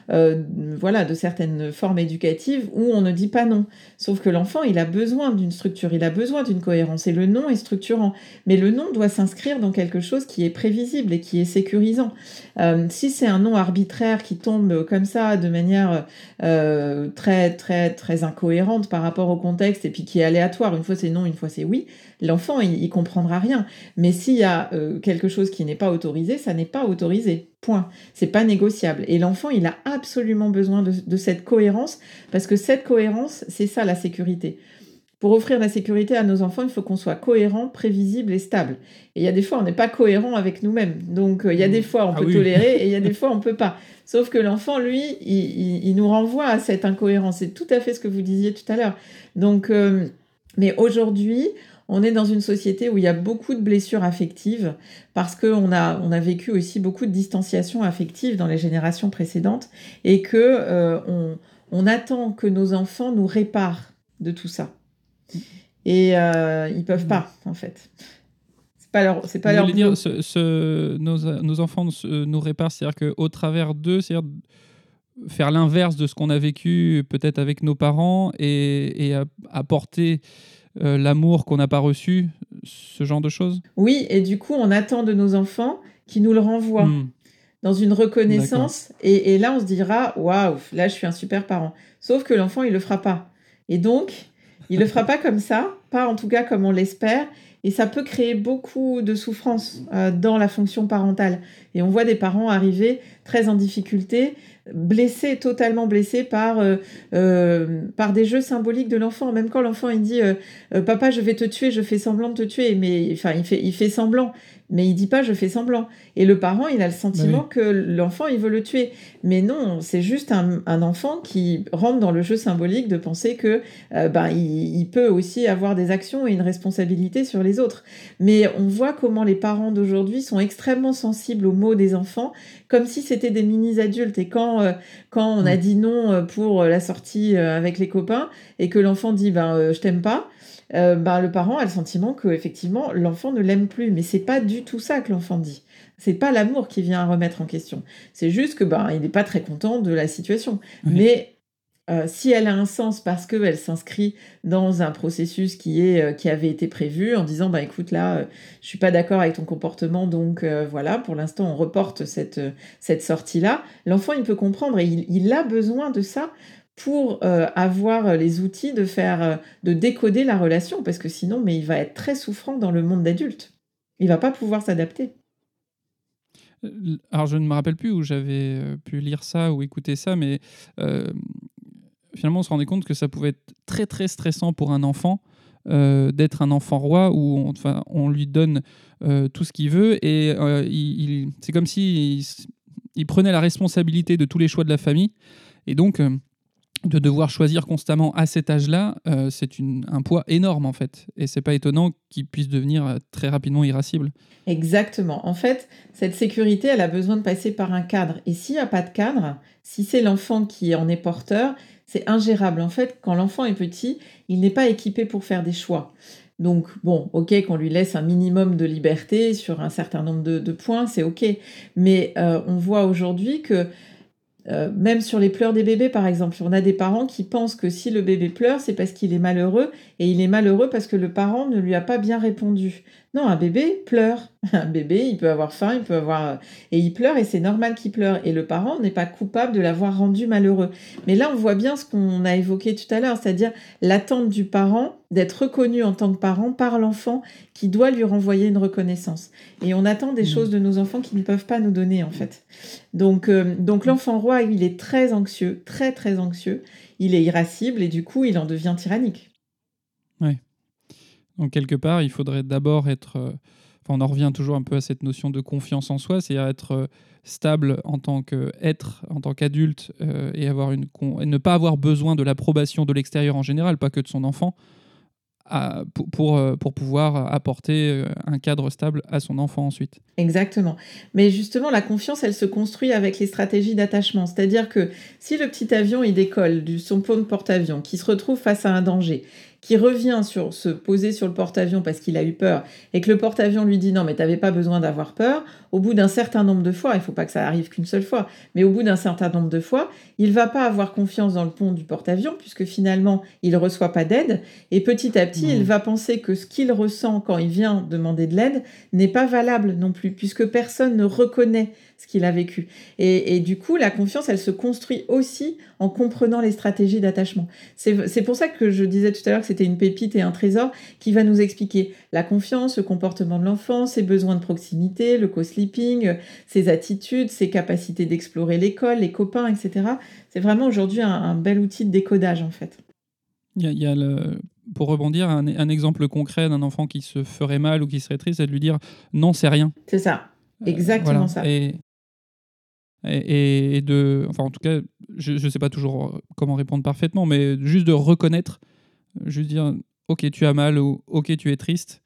de certaines formes éducatives où on ne dit pas non. Sauf que l'enfant, il a besoin d'une structure, il a besoin d'une cohérence, et le non est structurant. Mais le non doit s'inscrire dans quelque chose qui est prévisible et qui est sécurisant. Si c'est un non arbitraire qui tombe comme ça de manière très, très, très incohérente par rapport au contexte, et puis qui est aléatoire, une fois c'est non, une fois c'est oui, l'enfant, il comprendra rien. Mais s'il y a quelque chose qui n'est pas autorisé, ça n'est pas autorisé. Point. C'est pas négociable. Et l'enfant, il a absolument besoin de cette cohérence, parce que cette cohérence, c'est ça la sécurité. Pour offrir la sécurité à nos enfants, il faut qu'on soit cohérent, prévisible et stable. Et il y a des fois, on n'est pas cohérent avec nous-mêmes. Donc, il y a des fois, on peut tolérer, et il y a des fois, on peut pas. Sauf que l'enfant, lui, il nous renvoie à cette incohérence. C'est tout à fait ce que vous disiez tout à l'heure. Donc, mais aujourd'hui, on est dans une société où il y a beaucoup de blessures affectives, parce qu'on a vécu aussi beaucoup de distanciation affective dans les générations précédentes, et que on attend que nos enfants nous réparent de tout ça. Et ils peuvent pas, en fait. C'est pas leur boulot. Dire, nos enfants nous réparent, c'est-à-dire qu'au travers d'eux, c'est-à-dire faire l'inverse de ce qu'on a vécu peut-être avec nos parents, et apporter l'amour qu'on n'a pas reçu, ce genre de choses. Oui, et du coup, on attend de nos enfants qu'ils nous le renvoient dans une reconnaissance. Et là, on se dira, waouh, là, je suis un super parent. Sauf que l'enfant, il le fera pas. Et donc, il le fera pas comme ça, pas en tout cas comme on l'espère. Et ça peut créer beaucoup de souffrance dans la fonction parentale. Et on voit des parents arriver très en difficulté, blessés, totalement blessés par des jeux symboliques de l'enfant. Même quand l'enfant il dit papa, je vais te tuer, je fais semblant de te tuer, mais enfin il fait semblant, mais il dit pas je fais semblant. Et le parent, il a le sentiment que l'enfant il veut le tuer. Mais non, c'est juste un enfant qui rentre dans le jeu symbolique de penser que il peut aussi avoir des actions et une responsabilité sur les autres. Mais on voit comment les parents d'aujourd'hui sont extrêmement sensibles aux mots des enfants, comme si c'était des mini-adultes. Et quand on a dit non pour la sortie avec les copains, et que l'enfant dit je t'aime pas, le parent a le sentiment que effectivement l'enfant ne l'aime plus. Mais c'est pas du tout ça que l'enfant dit. C'est pas l'amour qui vient remettre en question. C'est juste que il n'est pas très content de la situation. Oui. Mais si elle a un sens parce qu'elle s'inscrit dans un processus qui avait été prévu en disant bah écoute là je suis pas d'accord avec ton comportement donc voilà pour l'instant on reporte cette sortie là, l'enfant il peut comprendre et il a besoin de ça pour avoir les outils de décoder la relation parce que sinon mais il va être très souffrant dans le monde d'adulte, il va pas pouvoir s'adapter. Alors, je ne me rappelle plus où j'avais pu lire ça ou écouter ça, mais finalement, on se rendait compte que ça pouvait être très, très stressant pour un enfant d'être un enfant roi où on lui donne tout ce qu'il veut et c'est comme s'il il prenait la responsabilité de tous les choix de la famille. Et donc, de devoir choisir constamment à cet âge-là, c'est un poids énorme en fait. Et c'est pas étonnant qu'il puisse devenir très rapidement irascible. Exactement. En fait, cette sécurité, elle a besoin de passer par un cadre. Et s'il n'y a pas de cadre, si c'est l'enfant qui en est porteur, c'est ingérable. En fait, quand l'enfant est petit, il n'est pas équipé pour faire des choix. Donc, bon, ok, qu'on lui laisse un minimum de liberté sur un certain nombre de points, c'est ok. Mais on voit aujourd'hui que même sur les pleurs des bébés, par exemple, on a des parents qui pensent que si le bébé pleure, c'est parce qu'il est malheureux, et il est malheureux parce que le parent ne lui a pas bien répondu. Non, un bébé pleure. Un bébé, il peut avoir faim, et il pleure, et c'est normal qu'il pleure. Et le parent n'est pas coupable de l'avoir rendu malheureux. Mais là, on voit bien ce qu'on a évoqué tout à l'heure, c'est-à-dire l'attente du parent d'être reconnu en tant que parent par l'enfant qui doit lui renvoyer une reconnaissance. Et on attend des choses de nos enfants qui ne peuvent pas nous donner, en fait. Donc l'enfant roi, il est très anxieux, très très anxieux. Il est irascible et du coup, il en devient tyrannique. Ouais. Donc quelque part, il faudrait d'abord être... on en revient toujours un peu à cette notion de confiance en soi, c'est-à-dire être stable en tant qu'être, en tant qu'adulte, et et ne pas avoir besoin de l'approbation de l'extérieur en général, pas que de son enfant, pour pouvoir apporter un cadre stable à son enfant ensuite. Exactement. Mais justement, la confiance, elle se construit avec les stratégies d'attachement. C'est-à-dire que si le petit avion, il décolle de son pont de porte-avions, qui se retrouve face à un danger, qui revient se poser sur le porte-avions parce qu'il a eu peur, et que le porte-avions lui dit non, mais t'avais pas besoin d'avoir peur, au bout d'un certain nombre de fois, il faut pas que ça arrive qu'une seule fois, mais au bout d'un certain nombre de fois, il va pas avoir confiance dans le pont du porte-avions, puisque finalement, il reçoit pas d'aide, et petit à petit, il va penser que ce qu'il ressent quand il vient demander de l'aide n'est pas valable non plus, puisque personne ne reconnaît ce qu'il a vécu. Et du coup, la confiance, elle se construit aussi en comprenant les stratégies d'attachement. C'est pour ça que je disais tout à l'heure que c'était une pépite et un trésor qui va nous expliquer la confiance, le comportement de l'enfant, ses besoins de proximité, le co-sleeping, ses attitudes, ses capacités d'explorer l'école, les copains, etc. C'est vraiment aujourd'hui un bel outil de décodage, en fait. Il y a pour rebondir, un exemple concret d'un enfant qui se ferait mal ou qui serait triste, c'est de lui dire « non, c'est rien ». C'est ça, exactement voilà. ça. Enfin, en tout cas, je ne sais pas toujours comment répondre parfaitement, mais juste de reconnaître, juste dire ok, tu as mal ou ok, tu es triste.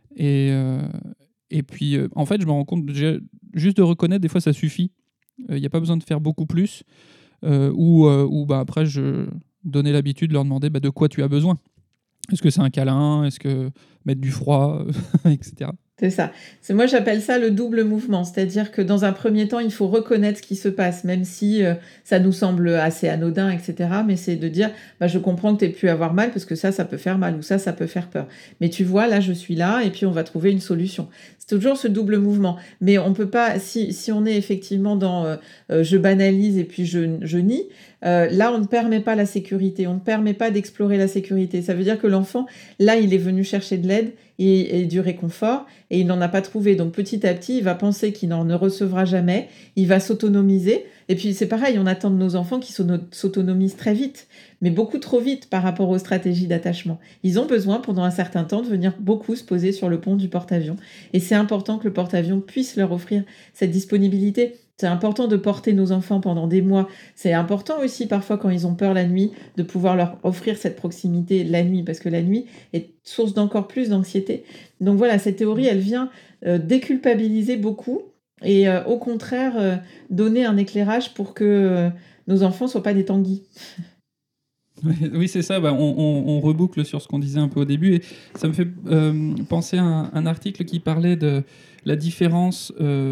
Et puis, en fait, je me rends compte, juste de reconnaître, des fois, ça suffit. Il n'y a pas besoin de faire beaucoup plus. Ou après, je donnais l'habitude de leur demander de quoi tu as besoin. Est-ce que c'est un câlin? Est-ce que mettre du froid etc. C'est ça. Moi, j'appelle ça le double mouvement. C'est-à-dire que dans un premier temps, il faut reconnaître ce qui se passe, même si ça nous semble assez anodin, etc. Mais c'est de dire, je comprends que tu aies pu avoir mal parce que ça peut faire mal ou ça peut faire peur. Mais tu vois, là, je suis là et puis on va trouver une solution. C'est toujours ce double mouvement. Mais on peut pas, si on est effectivement dans je banalise et puis je nie, là, on ne permet pas la sécurité. On ne permet pas d'explorer la sécurité. Ça veut dire que l'enfant, là, il est venu chercher de l'aide et du réconfort et il n'en a pas trouvé. Donc petit à petit, il va penser qu'il n'en ne recevra jamais, il va s'autonomiser. Et puis c'est pareil, on attend de nos enfants qui s'autonomisent très vite, mais beaucoup trop vite par rapport aux stratégies d'attachement. Ils ont besoin pendant un certain temps de venir beaucoup se poser sur le pont du porte-avions. Et c'est important que le porte-avions puisse leur offrir cette disponibilité. C'est important de porter nos enfants pendant des mois. C'est important aussi parfois quand ils ont peur la nuit de pouvoir leur offrir cette proximité la nuit parce que la nuit est source d'encore plus d'anxiété. Donc voilà, cette théorie, elle vient déculpabiliser beaucoup et au contraire donner un éclairage pour que nos enfants ne soient pas des tanguis. Oui, c'est ça. On reboucle sur ce qu'on disait un peu au début. Et ça me fait penser à un article qui parlait de la différence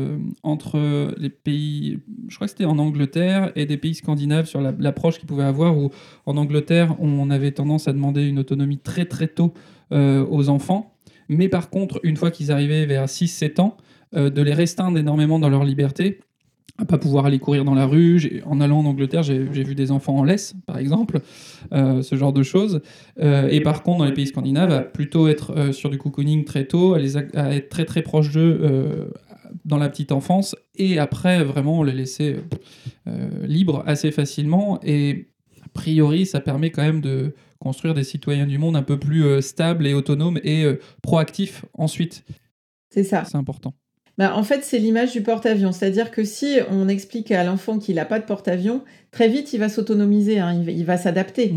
entre les pays, je crois que c'était en Angleterre, et des pays scandinaves sur l'approche qu'ils pouvaient avoir, où en Angleterre, on avait tendance à demander une autonomie très très tôt aux enfants. Mais par contre, une fois qu'ils arrivaient vers 6-7 ans, de les restreindre énormément dans leur liberté, à pas pouvoir aller courir dans la rue. En allant en Angleterre, j'ai vu des enfants en laisse, par exemple, ce genre de choses. Et par contre, dans les pays scandinaves, à plutôt être sur du cocooning très tôt, à être très très proche d'eux dans la petite enfance, et après vraiment les laisser libres assez facilement. Et a priori, ça permet quand même de construire des citoyens du monde un peu plus stables et autonomes et proactifs ensuite. C'est ça. C'est important. Bah, en fait, c'est l'image du porte-avions. C'est-à-dire que si on explique à l'enfant qu'il n'a pas de porte-avions, très vite, il va s'autonomiser, hein, il va s'adapter.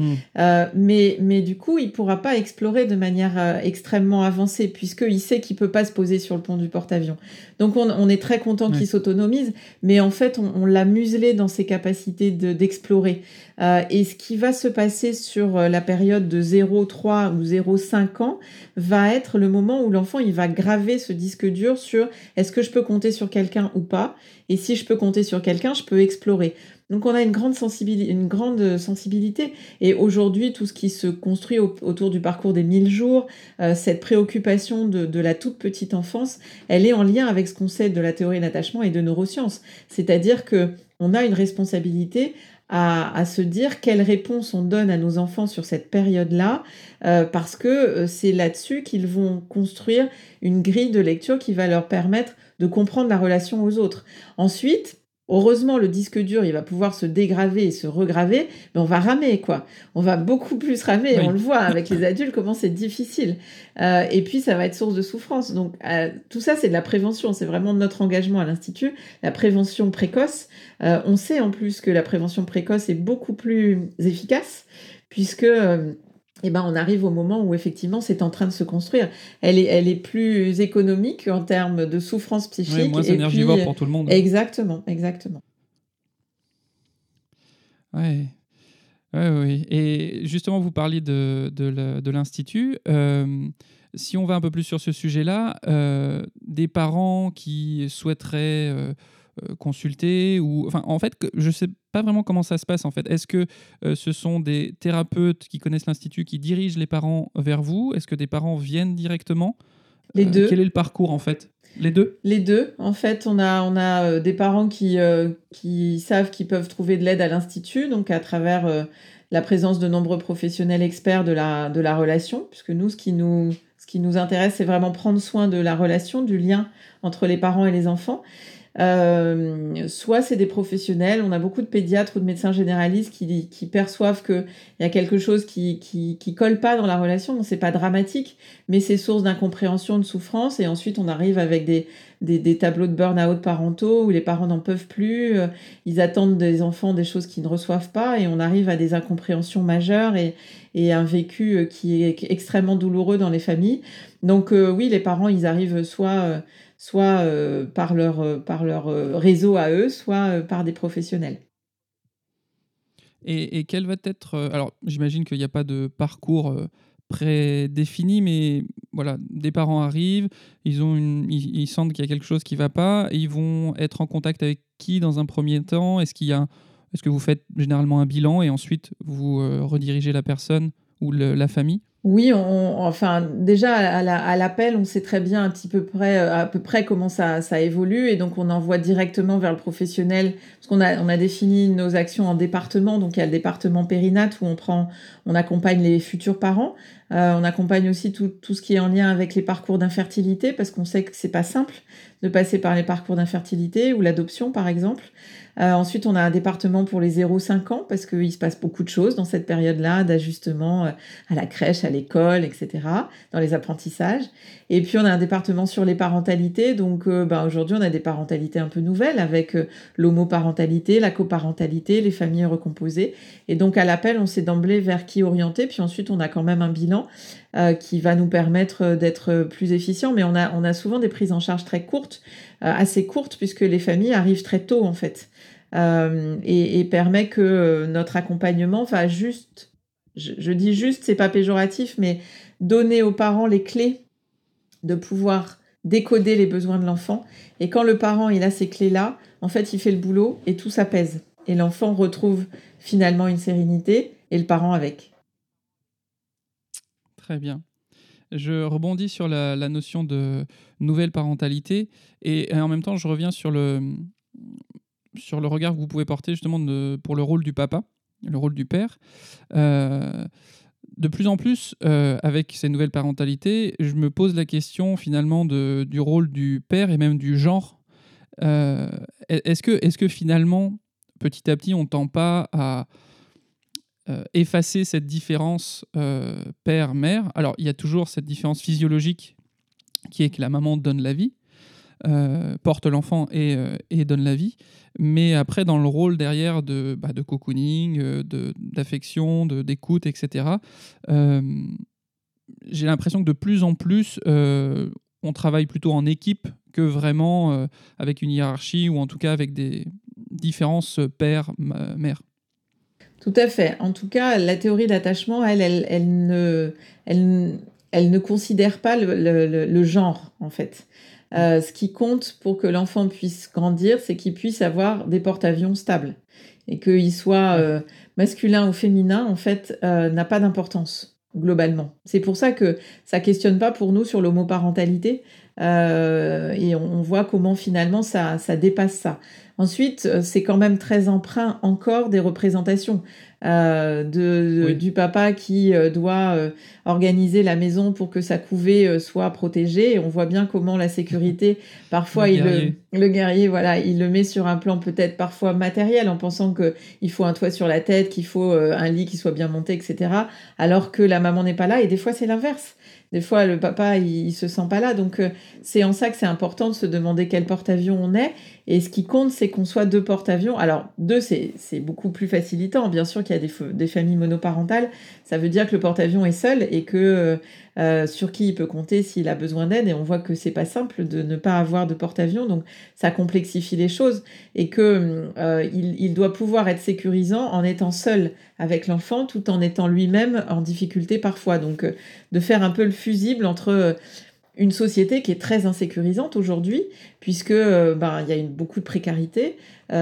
Mais du coup, il ne pourra pas explorer de manière extrêmement avancée, puisqu'il sait qu'il ne peut pas se poser sur le pont du porte-avions. Donc, on est très content qu'il s'autonomise, mais en fait, on l'a muselé dans ses capacités d'explorer. Et ce qui va se passer sur la période de 0,3 ou 0,5 ans va être le moment où l'enfant il va graver ce disque dur sur est-ce que je peux compter sur quelqu'un ou pas, et si je peux compter sur quelqu'un, je peux explorer. Donc on a une grande sensibilité, et aujourd'hui tout ce qui se construit autour du parcours des 1000 jours, cette préoccupation de la toute petite enfance, elle est en lien avec ce qu'on sait de la théorie de l'attachement et de neurosciences. C'est-à-dire que on a une responsabilité à se dire quelle réponse on donne à nos enfants sur cette période-là, parce que c'est là-dessus qu'ils vont construire une grille de lecture qui va leur permettre de comprendre la relation aux autres. Ensuite, heureusement, le disque dur, il va pouvoir se dégraver et se regraver, mais on va ramer, quoi. On va beaucoup plus ramer, on le voit avec les adultes, comment c'est difficile. Et puis, ça va être source de souffrance. Donc, tout ça, c'est de la prévention. C'est vraiment notre engagement à l'Institut, la prévention précoce. On sait en plus que la prévention précoce est beaucoup plus efficace, puisque on arrive au moment où effectivement c'est en train de se construire. Elle est plus économique en termes de souffrance psychique. Moins énergivore pour tout le monde. Exactement. Ouais. Oui. Et justement, vous parliez de l'Institut. Si on va un peu plus sur ce sujet-là, des parents qui souhaiteraient consulter, en fait, je ne sais pas vraiment comment ça se passe. En fait, est-ce que ce sont des thérapeutes qui connaissent l'Institut qui dirigent les parents vers vous? Est-ce que des parents viennent directement? Les deux. Quel est le parcours en fait? Les deux? Les deux. En fait, on a des parents qui savent qu'ils peuvent trouver de l'aide à l'Institut, donc à travers la présence de nombreux professionnels experts de la relation, puisque nous, ce qui nous intéresse, c'est vraiment prendre soin de la relation, du lien entre les parents et les enfants. Soit c'est des professionnels, on a beaucoup de pédiatres ou de médecins généralistes qui perçoivent qu'il y a quelque chose qui colle pas dans la relation. Bon, c'est pas dramatique, mais c'est source d'incompréhension, de souffrance, et ensuite on arrive avec des tableaux de burn-out parentaux où les parents n'en peuvent plus, ils attendent des enfants des choses qu'ils ne reçoivent pas, et on arrive à des incompréhensions majeures et un vécu qui est extrêmement douloureux dans les familles. Donc oui, les parents, ils arrivent soit par leur réseau à eux, soit par des professionnels. Et quel va être... alors, j'imagine qu'il n'y a pas de parcours prédéfini, mais voilà, des parents arrivent, ils sentent qu'il y a quelque chose qui ne va pas, et ils vont être en contact avec qui dans un premier temps? Est-ce que vous faites généralement un bilan et ensuite vous redirigez la personne ou la famille? Oui, déjà à l'appel, on sait très bien à peu près comment ça évolue, et donc on envoie directement vers le professionnel, parce qu'on a défini nos actions en département. Donc il y a le département périnate où on accompagne les futurs parents. On accompagne aussi tout ce qui est en lien avec les parcours d'infertilité, parce qu'on sait que c'est pas simple de passer par les parcours d'infertilité ou l'adoption, par exemple. Ensuite, on a un département pour les 0-5 ans, parce qu'il se passe beaucoup de choses dans cette période-là, d'ajustement à la crèche, à l'école, etc., dans les apprentissages. Et puis, on a un département sur les parentalités. Donc, aujourd'hui, on a des parentalités un peu nouvelles, avec l'homoparentalité, la coparentalité, les familles recomposées. Et donc, à l'appel, on sait d'emblée vers qui orienter. Puis ensuite, on a quand même un bilan qui va nous permettre d'être plus efficient. Mais on a souvent des prises en charge très courtes, assez courtes, puisque les familles arrivent très tôt, en fait. Et permet que notre accompagnement va juste je dis juste, c'est pas péjoratif, mais donner aux parents les clés de pouvoir décoder les besoins de l'enfant. Et quand le parent il a ces clés-là, en fait, il fait le boulot et tout s'apaise. Et l'enfant retrouve finalement une sérénité et le parent avec. Très bien. Je rebondis sur la notion de nouvelle parentalité et en même temps, je reviens sur le regard que vous pouvez porter justement pour le rôle du papa, le rôle du père. Euh, de plus en plus, avec ces nouvelles parentalités, je me pose la question finalement du rôle du père et même du genre. Euh, est-ce que finalement, petit à petit, on tend pas à effacer cette différence père-mère? Alors, il y a toujours cette différence physiologique qui est que la maman donne la vie, porte l'enfant et donne la vie. Mais après, dans le rôle derrière de cocooning, d'affection, d'écoute, etc., euh, j'ai l'impression que de plus en plus, on travaille plutôt en équipe que vraiment avec une hiérarchie ou en tout cas avec des différences père-mère. Tout à fait. En tout cas, la théorie d'attachement, elle ne considère pas le genre, en fait. Ce qui compte pour que l'enfant puisse grandir, c'est qu'il puisse avoir des porte-avions stables. Et qu'il soit masculin ou féminin, en fait, n'a pas d'importance, globalement. C'est pour ça que ça questionne pas pour nous sur l'homoparentalité. Et on voit comment finalement ça dépasse ça. Ensuite, c'est quand même très empreint encore des représentations Oui, du papa qui doit organiser la maison pour que sa couvée soit protégée. Et on voit bien comment la sécurité, le parfois, guerrier. le guerrier, voilà, il le met sur un plan peut-être parfois matériel en pensant qu'il faut un toit sur la tête, qu'il faut un lit qui soit bien monté, etc. Alors que la maman n'est pas là. Et des fois, c'est l'inverse. Des fois, le papa, il se sent pas là. Donc, c'est en ça que c'est important de se demander quel porte-avions on est. Et ce qui compte, c'est qu'on soit deux porte-avions. Alors, deux, c'est beaucoup plus facilitant. Bien sûr qu'il y a des familles monoparentales. Ça veut dire que le porte-avions est seul et que sur qui il peut compter s'il a besoin d'aide. Et on voit que c'est pas simple de ne pas avoir de porte-avions. Donc, ça complexifie les choses. Et que il doit pouvoir être sécurisant en étant seul avec l'enfant tout en étant lui-même en difficulté parfois. Donc, de faire un peu le fusible entre une société qui est très insécurisante aujourd'hui, puisque il y a beaucoup de précarité.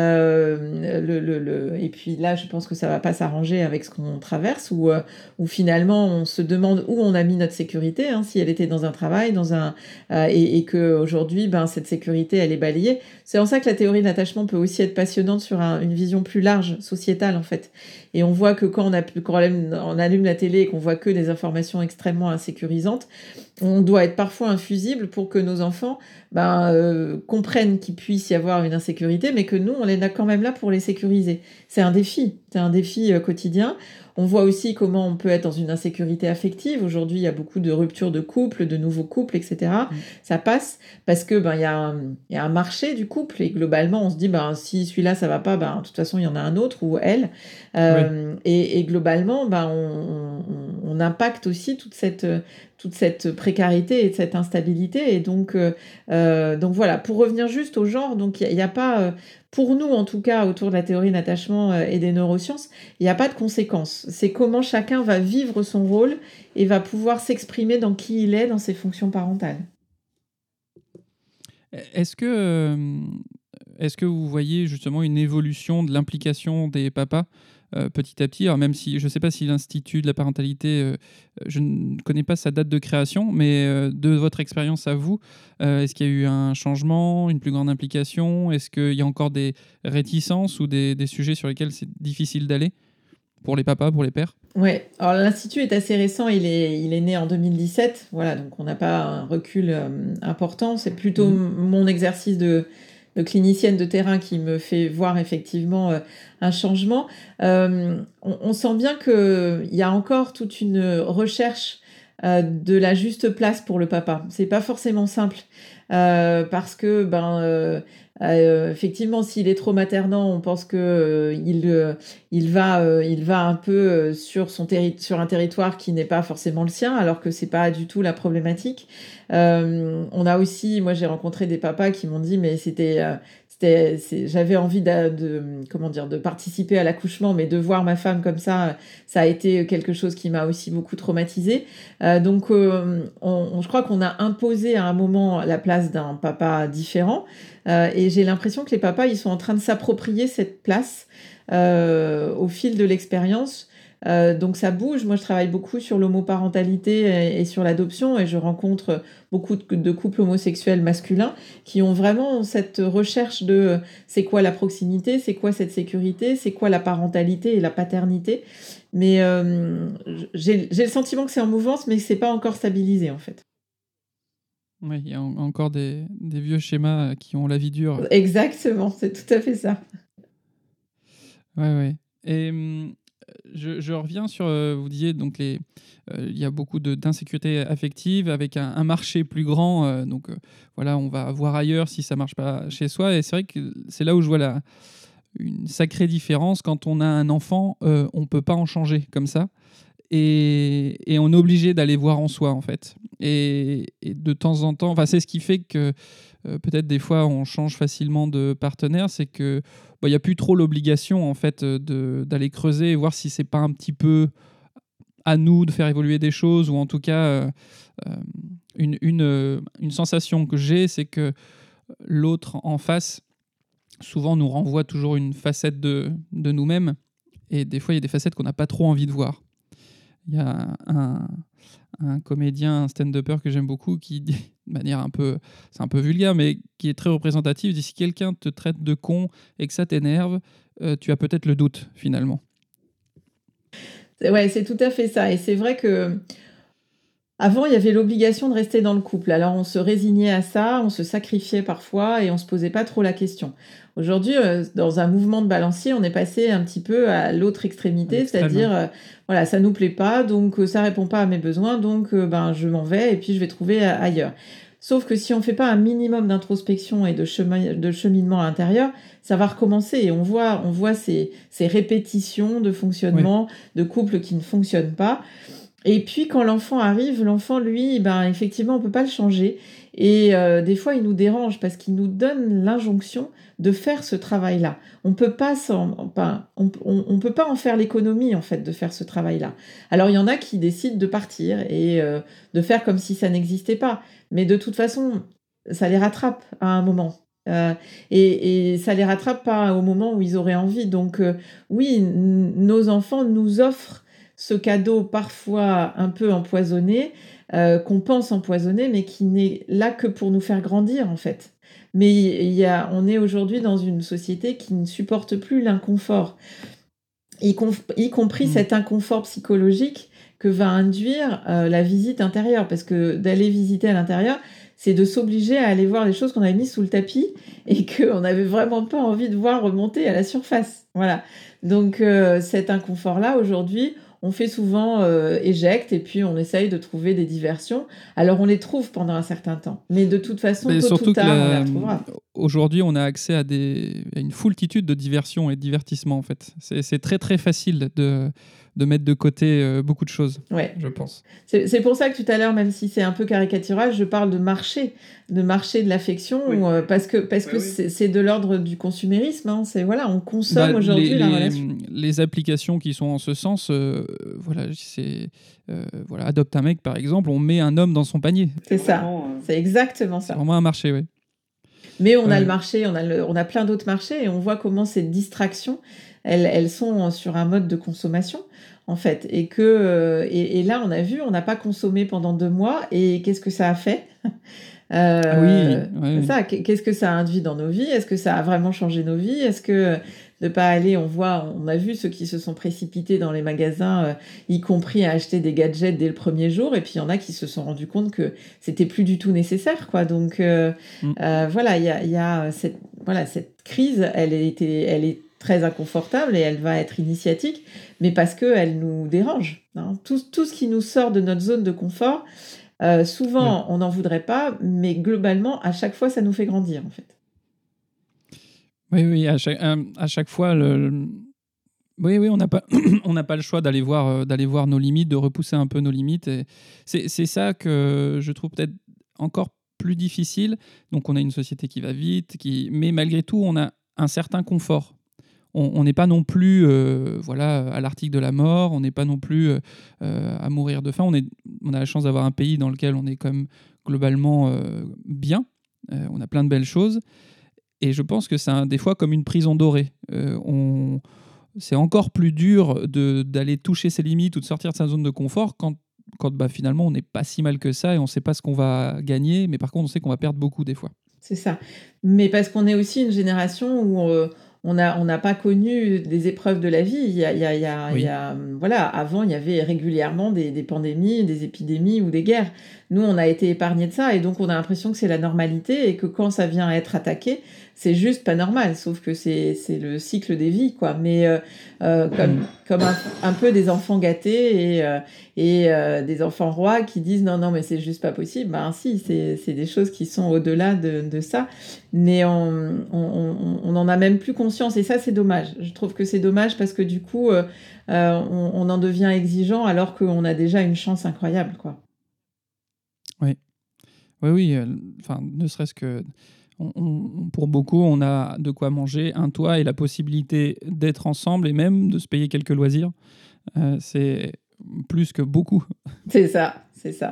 Et puis là, je pense que ça va pas s'arranger avec ce qu'on traverse, où finalement on se demande où on a mis notre sécurité, hein, si elle était dans un travail, et que aujourd'hui, cette sécurité, elle est balayée. C'est en ça que la théorie de l'attachement peut aussi être passionnante sur une vision plus large, sociétale en fait. Et on voit que quand on allume la télé et qu'on voit que des informations extrêmement insécurisantes, on doit être parfois infusible pour que nos enfants comprennent qu'il puisse y avoir une insécurité, mais que nous, on est là quand même là pour les sécuriser. C'est un défi quotidien. On voit aussi comment on peut être dans une insécurité affective. Aujourd'hui, il y a beaucoup de ruptures de couple, de nouveaux couples, etc. Ça passe parce que il y a un marché du couple et globalement, on se dit si celui-là ça va pas, de toute façon il y en a un autre ou elle. Oui. Et globalement, on impacte aussi toute cette précarité et cette instabilité. Et donc voilà, pour revenir juste au genre, donc il y a pas, pour nous en tout cas, autour de la théorie de l'attachement et des neurosciences, il n'y a pas de conséquences. C'est comment chacun va vivre son rôle et va pouvoir s'exprimer dans qui il est, dans ses fonctions parentales. Est-ce que, est-ce que vous voyez justement une évolution de l'implication des papas petit à petit? Alors même si je ne sais pas si l'Institut de la parentalité, je ne connais pas sa date de création, mais de votre expérience à vous, est-ce qu'il y a eu un changement, une plus grande implication? Est-ce qu'il y a encore des réticences ou des sujets sur lesquels c'est difficile d'aller pour les papas, pour les pères? Ouais, alors l'Institut est assez récent, il est né en 2017, voilà, donc on n'a pas un recul important, c'est plutôt Mhm. mon exercice de clinicienne de terrain qui me fait voir effectivement un changement. On sent bien qu'il y a encore toute une recherche de la juste place pour le papa. C'est pas forcément simple parce que effectivement, s'il est trop maternant, on pense que il va un peu sur sur un territoire qui n'est pas forcément le sien, alors que c'est pas du tout la problématique. On a aussi, moi j'ai rencontré des papas qui m'ont dit mais j'avais envie de participer à l'accouchement, mais de voir ma femme comme ça a été quelque chose qui m'a aussi beaucoup traumatisée. Donc, je crois qu'on a imposé à un moment la place d'un papa différent. Et j'ai l'impression que les papas, ils sont en train de s'approprier cette place au fil de l'expérience. Donc ça bouge. Moi, je travaille beaucoup sur l'homoparentalité et sur l'adoption, et je rencontre beaucoup de couples homosexuels masculins qui ont vraiment cette recherche de c'est quoi la proximité, c'est quoi cette sécurité, c'est quoi la parentalité et la paternité. Mais j'ai le sentiment que c'est en mouvance, mais que c'est pas encore stabilisé en fait. Oui, il y a encore des vieux schémas qui ont la vie dure. Exactement, c'est tout à fait ça. Ouais, ouais. Et je reviens sur, vous disiez, donc il y a beaucoup d'insécurité affective avec un marché plus grand. Donc voilà, on va voir ailleurs si ça marche pas chez soi. Et c'est vrai que c'est là où je vois une sacrée différence. Quand on a un enfant, on peut pas en changer comme ça. Et on est obligé d'aller voir en soi, en fait. Et de temps en temps, c'est ce qui fait que peut-être des fois on change facilement de partenaire, c'est que il n'y a plus trop l'obligation en fait d'aller creuser et voir si c'est pas un petit peu à nous de faire évoluer des choses, ou en tout cas une sensation que j'ai, c'est que l'autre en face souvent nous renvoie toujours une facette de nous-mêmes, et des fois il y a des facettes qu'on n'a pas trop envie de voir. Il y a un comédien, un stand-upper que j'aime beaucoup, qui dit de manière c'est un peu vulgaire, mais qui est très représentatif, il dit: si quelqu'un te traite de con et que ça t'énerve, tu as peut-être le doute finalement. Ouais, c'est tout à fait ça. Et c'est vrai que avant, il y avait l'obligation de rester dans le couple. Alors, on se résignait à ça, on se sacrifiait parfois et on se posait pas trop la question. Aujourd'hui, dans un mouvement de balancier, on est passé un petit peu à l'autre extrémité, c'est-à-dire, voilà, ça nous plaît pas, donc ça répond pas à mes besoins, donc je m'en vais et puis je vais trouver ailleurs. Sauf que si on fait pas un minimum d'introspection et de cheminement à l'intérieur, ça va recommencer, et on voit ces répétitions de fonctionnement, de couples qui ne fonctionnent pas. Et puis quand l'enfant arrive, l'enfant, lui, effectivement, on peut pas le changer. Et des fois, il nous dérange parce qu'il nous donne l'injonction de faire ce travail-là. On peut pas on peut pas en faire l'économie, en fait, de faire ce travail-là. Alors, il y en a qui décident de partir et de faire comme si ça n'existait pas. Mais de toute façon, ça les rattrape à un moment. Et ça les rattrape pas au moment où ils auraient envie. Donc, oui, nos enfants nous offrent ce cadeau parfois un peu empoisonné, qu'on pense empoisonné, mais qui n'est là que pour nous faire grandir, en fait. Mais on est aujourd'hui dans une société qui ne supporte plus l'inconfort, y compris cet inconfort psychologique que va induire la visite intérieure. Parce que d'aller visiter à l'intérieur, c'est de s'obliger à aller voir les choses qu'on avait mises sous le tapis et qu'on n'avait vraiment pas envie de voir remonter à la surface. Voilà. Donc cet inconfort-là, aujourd'hui, on fait souvent éjecte, et puis on essaye de trouver des diversions. Alors on les trouve pendant un certain temps, mais de toute façon, tôt ou tard, on les retrouvera. Aujourd'hui, on a accès à une foultitude de diversions et de divertissements, en fait. C'est très très facile de mettre de côté beaucoup de choses, je pense. C'est pour ça que tout à l'heure, même si c'est un peu caricatural, je parle de marché de l'affection, parce que c'est de l'ordre du consumérisme. Hein. Voilà, on consomme aujourd'hui la relation. Les applications qui sont en ce sens, c'est Adopte un mec, par exemple, on met un homme dans son panier. C'est ça, c'est exactement ça. C'est vraiment un marché, oui. Mais on a le marché, on a plein d'autres marchés, et on voit comment ces distractions, elles sont sur un mode de consommation, en fait. Et et là, on a vu, on n'a pas consommé pendant 2 mois, et qu'est-ce que ça a fait ? Ça, qu'est-ce que ça a induit dans nos vies ? Est-ce que ça a vraiment changé nos vies ? Est-ce que de pas aller, on a vu ceux qui se sont précipités dans les magasins, y compris à acheter des gadgets dès le premier jour, et puis il y en a qui se sont rendus compte que c'était plus du tout nécessaire, quoi. Donc voilà, il y a cette crise, elle est très inconfortable et elle va être initiatique, mais parce qu'elle nous dérange. Hein. Tout ce qui nous sort de notre zone de confort, souvent on n'en voudrait pas, mais globalement, à chaque fois, ça nous fait grandir, en fait. Oui, à chaque fois, oui, on n'a pas, on n'a pas le choix d'aller voir nos limites, de repousser un peu nos limites. Et c'est ça que je trouve peut-être encore plus difficile. Donc on a une société qui va vite, mais malgré tout, on a un certain confort. On n'est pas non plus à l'article de la mort, on n'est pas non plus à mourir de faim. On a la chance d'avoir un pays dans lequel on est quand même globalement bien. On a plein de belles choses. Et je pense que c'est des fois comme une prison dorée. C'est encore plus dur d'aller toucher ses limites ou de sortir de sa zone de confort quand finalement on n'est pas si mal que ça et on ne sait pas ce qu'on va gagner, mais par contre on sait qu'on va perdre beaucoup des fois. C'est ça. Mais parce qu'on est aussi une génération où on n'a pas connu des épreuves de la vie. Avant, il y avait régulièrement des pandémies, des épidémies ou des guerres. Nous, on a été épargnés de ça et donc on a l'impression que c'est la normalité et que quand ça vient à être attaqué, c'est juste pas normal, sauf que c'est le cycle des vies, quoi. Mais comme un peu des enfants gâtés et des enfants rois qui disent non, mais c'est juste pas possible. Ben si, c'est des choses qui sont au-delà de ça. Mais on n'en a même plus conscience et ça, c'est dommage. Je trouve que c'est dommage parce que du coup, on en devient exigeant alors qu'on a déjà une chance incroyable, quoi. Oui. Ne serait-ce que... pour beaucoup, on a de quoi manger, un toit et la possibilité d'être ensemble et même de se payer quelques loisirs. C'est plus que beaucoup. C'est ça.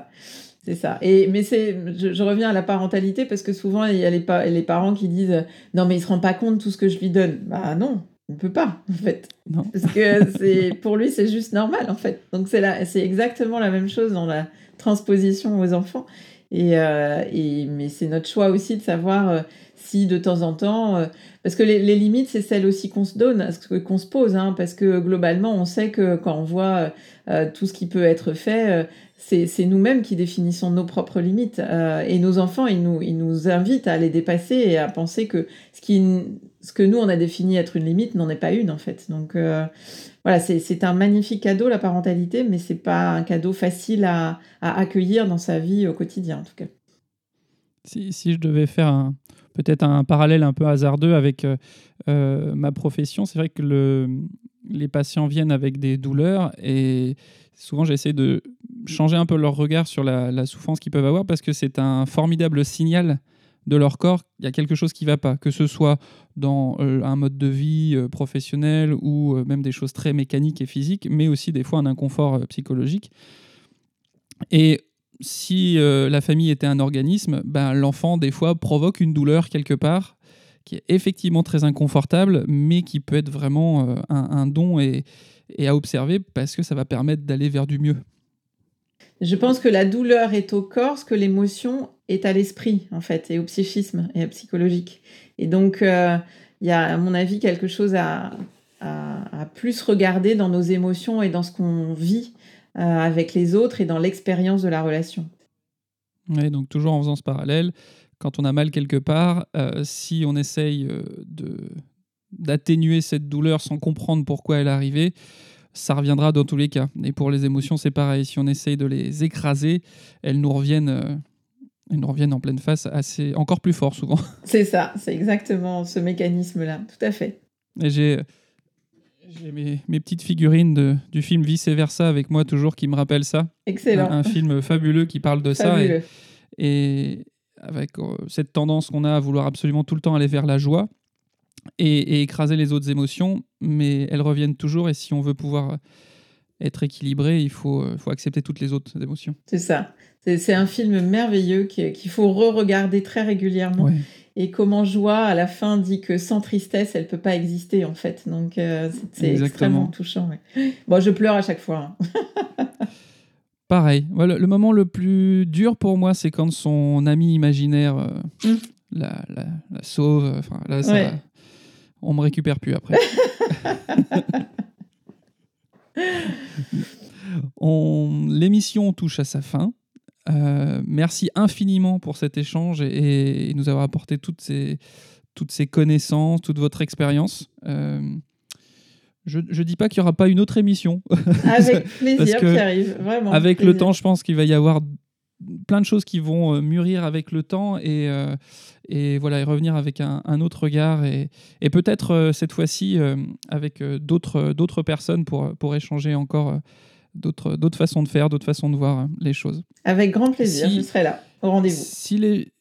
Mais je reviens à la parentalité parce que souvent, il y a les parents qui disent « Non, mais il ne se rend pas compte de tout ce que je lui donne. » Bah non, on ne peut pas, en fait. Non. Parce que pour lui, c'est juste normal, en fait. Donc, c'est exactement la même chose dans la transposition aux enfants. Mais c'est notre choix aussi de savoir si de temps en temps... parce que les limites, c'est celles aussi qu'on se donne, qu'on se pose. Hein, parce que globalement, on sait que quand on voit tout ce qui peut être fait, c'est nous-mêmes qui définissons nos propres limites. Et nos enfants, ils nous invitent à les dépasser et à penser que ce que nous, on a défini être une limite n'en est pas une, en fait. Donc... Voilà, c'est un magnifique cadeau, la parentalité, mais c'est pas un cadeau facile à accueillir dans sa vie au quotidien, en tout cas. Si je devais faire peut-être un parallèle un peu hasardeux avec ma profession, c'est vrai que les patients viennent avec des douleurs et souvent j'essaie de changer un peu leur regard sur la souffrance qu'ils peuvent avoir parce que c'est un formidable signal de leur corps, il y a quelque chose qui ne va pas, que ce soit dans un mode de vie professionnel ou même des choses très mécaniques et physiques, mais aussi des fois un inconfort psychologique. Et si la famille était un organisme, l'enfant, des fois, provoque une douleur quelque part qui est effectivement très inconfortable, mais qui peut être vraiment un don et à observer parce que ça va permettre d'aller vers du mieux. Je pense que la douleur est au corps, ce que l'émotion est à l'esprit, en fait, et au psychisme et à psychologique. Et donc, il y a, à mon avis, quelque chose à plus regarder dans nos émotions et dans ce qu'on vit avec les autres et dans l'expérience de la relation. Oui, donc toujours en faisant ce parallèle, quand on a mal quelque part, si on essaye d'atténuer cette douleur sans comprendre pourquoi elle est arrivée, ça reviendra dans tous les cas. Et pour les émotions, c'est pareil. Si on essaye de les écraser, elles nous reviennent en pleine face encore plus fort souvent. C'est ça, c'est exactement ce mécanisme-là, tout à fait. Et j'ai mes petites figurines du film Vice Versa avec moi toujours qui me rappellent ça. Excellent. Un film fabuleux qui parle de fabuleux. Ça. Et avec cette tendance qu'on a à vouloir absolument tout le temps aller vers la joie et écraser les autres émotions, mais elles reviennent toujours. Et si on veut pouvoir être équilibré, il faut accepter toutes les autres émotions. C'est ça. C'est un film merveilleux qu'il faut re-regarder très régulièrement. Ouais. Et comment Joie, à la fin, dit que sans tristesse, elle ne peut pas exister, en fait. Donc, c'est extrêmement touchant. Ouais. Bon, je pleure à chaque fois. Hein. Pareil. Voilà, le moment le plus dur pour moi, c'est quand son ami imaginaire la sauve. Enfin, là, ça, ouais. On ne me récupère plus après. L'émission touche à sa fin. Merci infiniment pour cet échange et nous avoir apporté toutes ces connaissances, toute votre expérience. Je ne dis pas qu'il n'y aura pas une autre émission. Avec plaisir, Pierre-Yves, vraiment. Avec plaisir. Le temps, je pense qu'il va y avoir plein de choses qui vont mûrir avec le temps et revenir avec un autre regard et peut-être cette fois-ci avec d'autres personnes pour échanger encore d'autres façons de faire, d'autres façons de voir les choses. Avec grand plaisir, je serai là, au rendez-vous. Si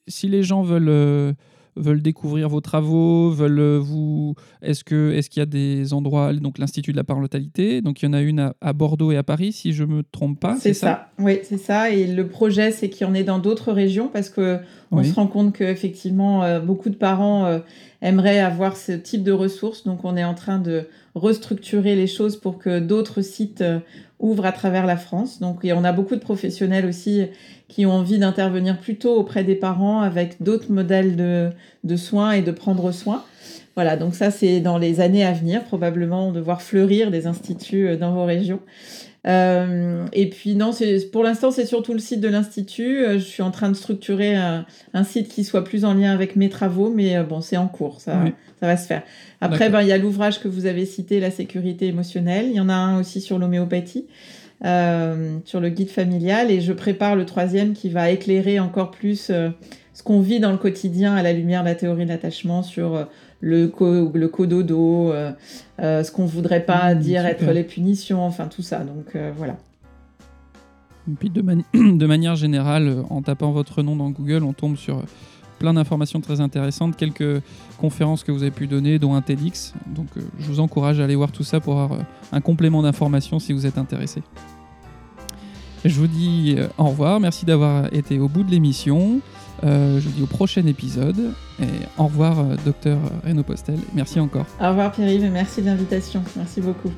si les gens veulent découvrir vos travaux, est-ce qu'il y a des endroits, donc l'Institut de la parentalité, donc il y en a une à Bordeaux et à Paris, si je me trompe pas, c'est ça? Oui, c'est ça. Et le projet, c'est qu'il y en ait dans d'autres régions parce que on se rend compte qu'effectivement, beaucoup de parents aimeraient avoir ce type de ressources. Donc, on est en train de restructurer les choses pour que d'autres sites ouvrent à travers la France. Donc, et on a beaucoup de professionnels aussi qui ont envie d'intervenir plutôt auprès des parents avec d'autres modèles de soins et de prendre soin. Voilà, donc ça, c'est dans les années à venir, probablement de voir fleurir des instituts dans vos régions. Et puis non, pour l'instant, c'est surtout le site de l'Institut. Je suis en train de structurer un site qui soit plus en lien avec mes travaux, mais bon, c'est en cours, ça va se faire. Après, il y a l'ouvrage que vous avez cité, La sécurité émotionnelle. Il y en a un aussi sur l'homéopathie. Sur le guide familial, et je prépare le 3e qui va éclairer encore plus ce qu'on vit dans le quotidien à la lumière de la théorie de l'attachement sur le cododo, ce qu'on voudrait pas dire super. être les punitions, enfin tout ça, donc voilà. Et puis de manière générale, en tapant votre nom dans Google, on tombe sur plein d'informations très intéressantes, quelques conférences que vous avez pu donner, dont un TEDx. Donc je vous encourage à aller voir tout ça pour avoir un complément d'information si vous êtes intéressé. Je vous dis au revoir, merci d'avoir été au bout de l'émission. Je vous dis au prochain épisode. Et au revoir, Dr Renaud Postel. Merci encore. Au revoir Pierre-Yves, et merci de l'invitation. Merci beaucoup.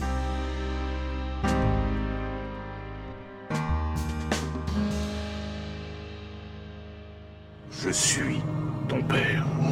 Je suis ton père.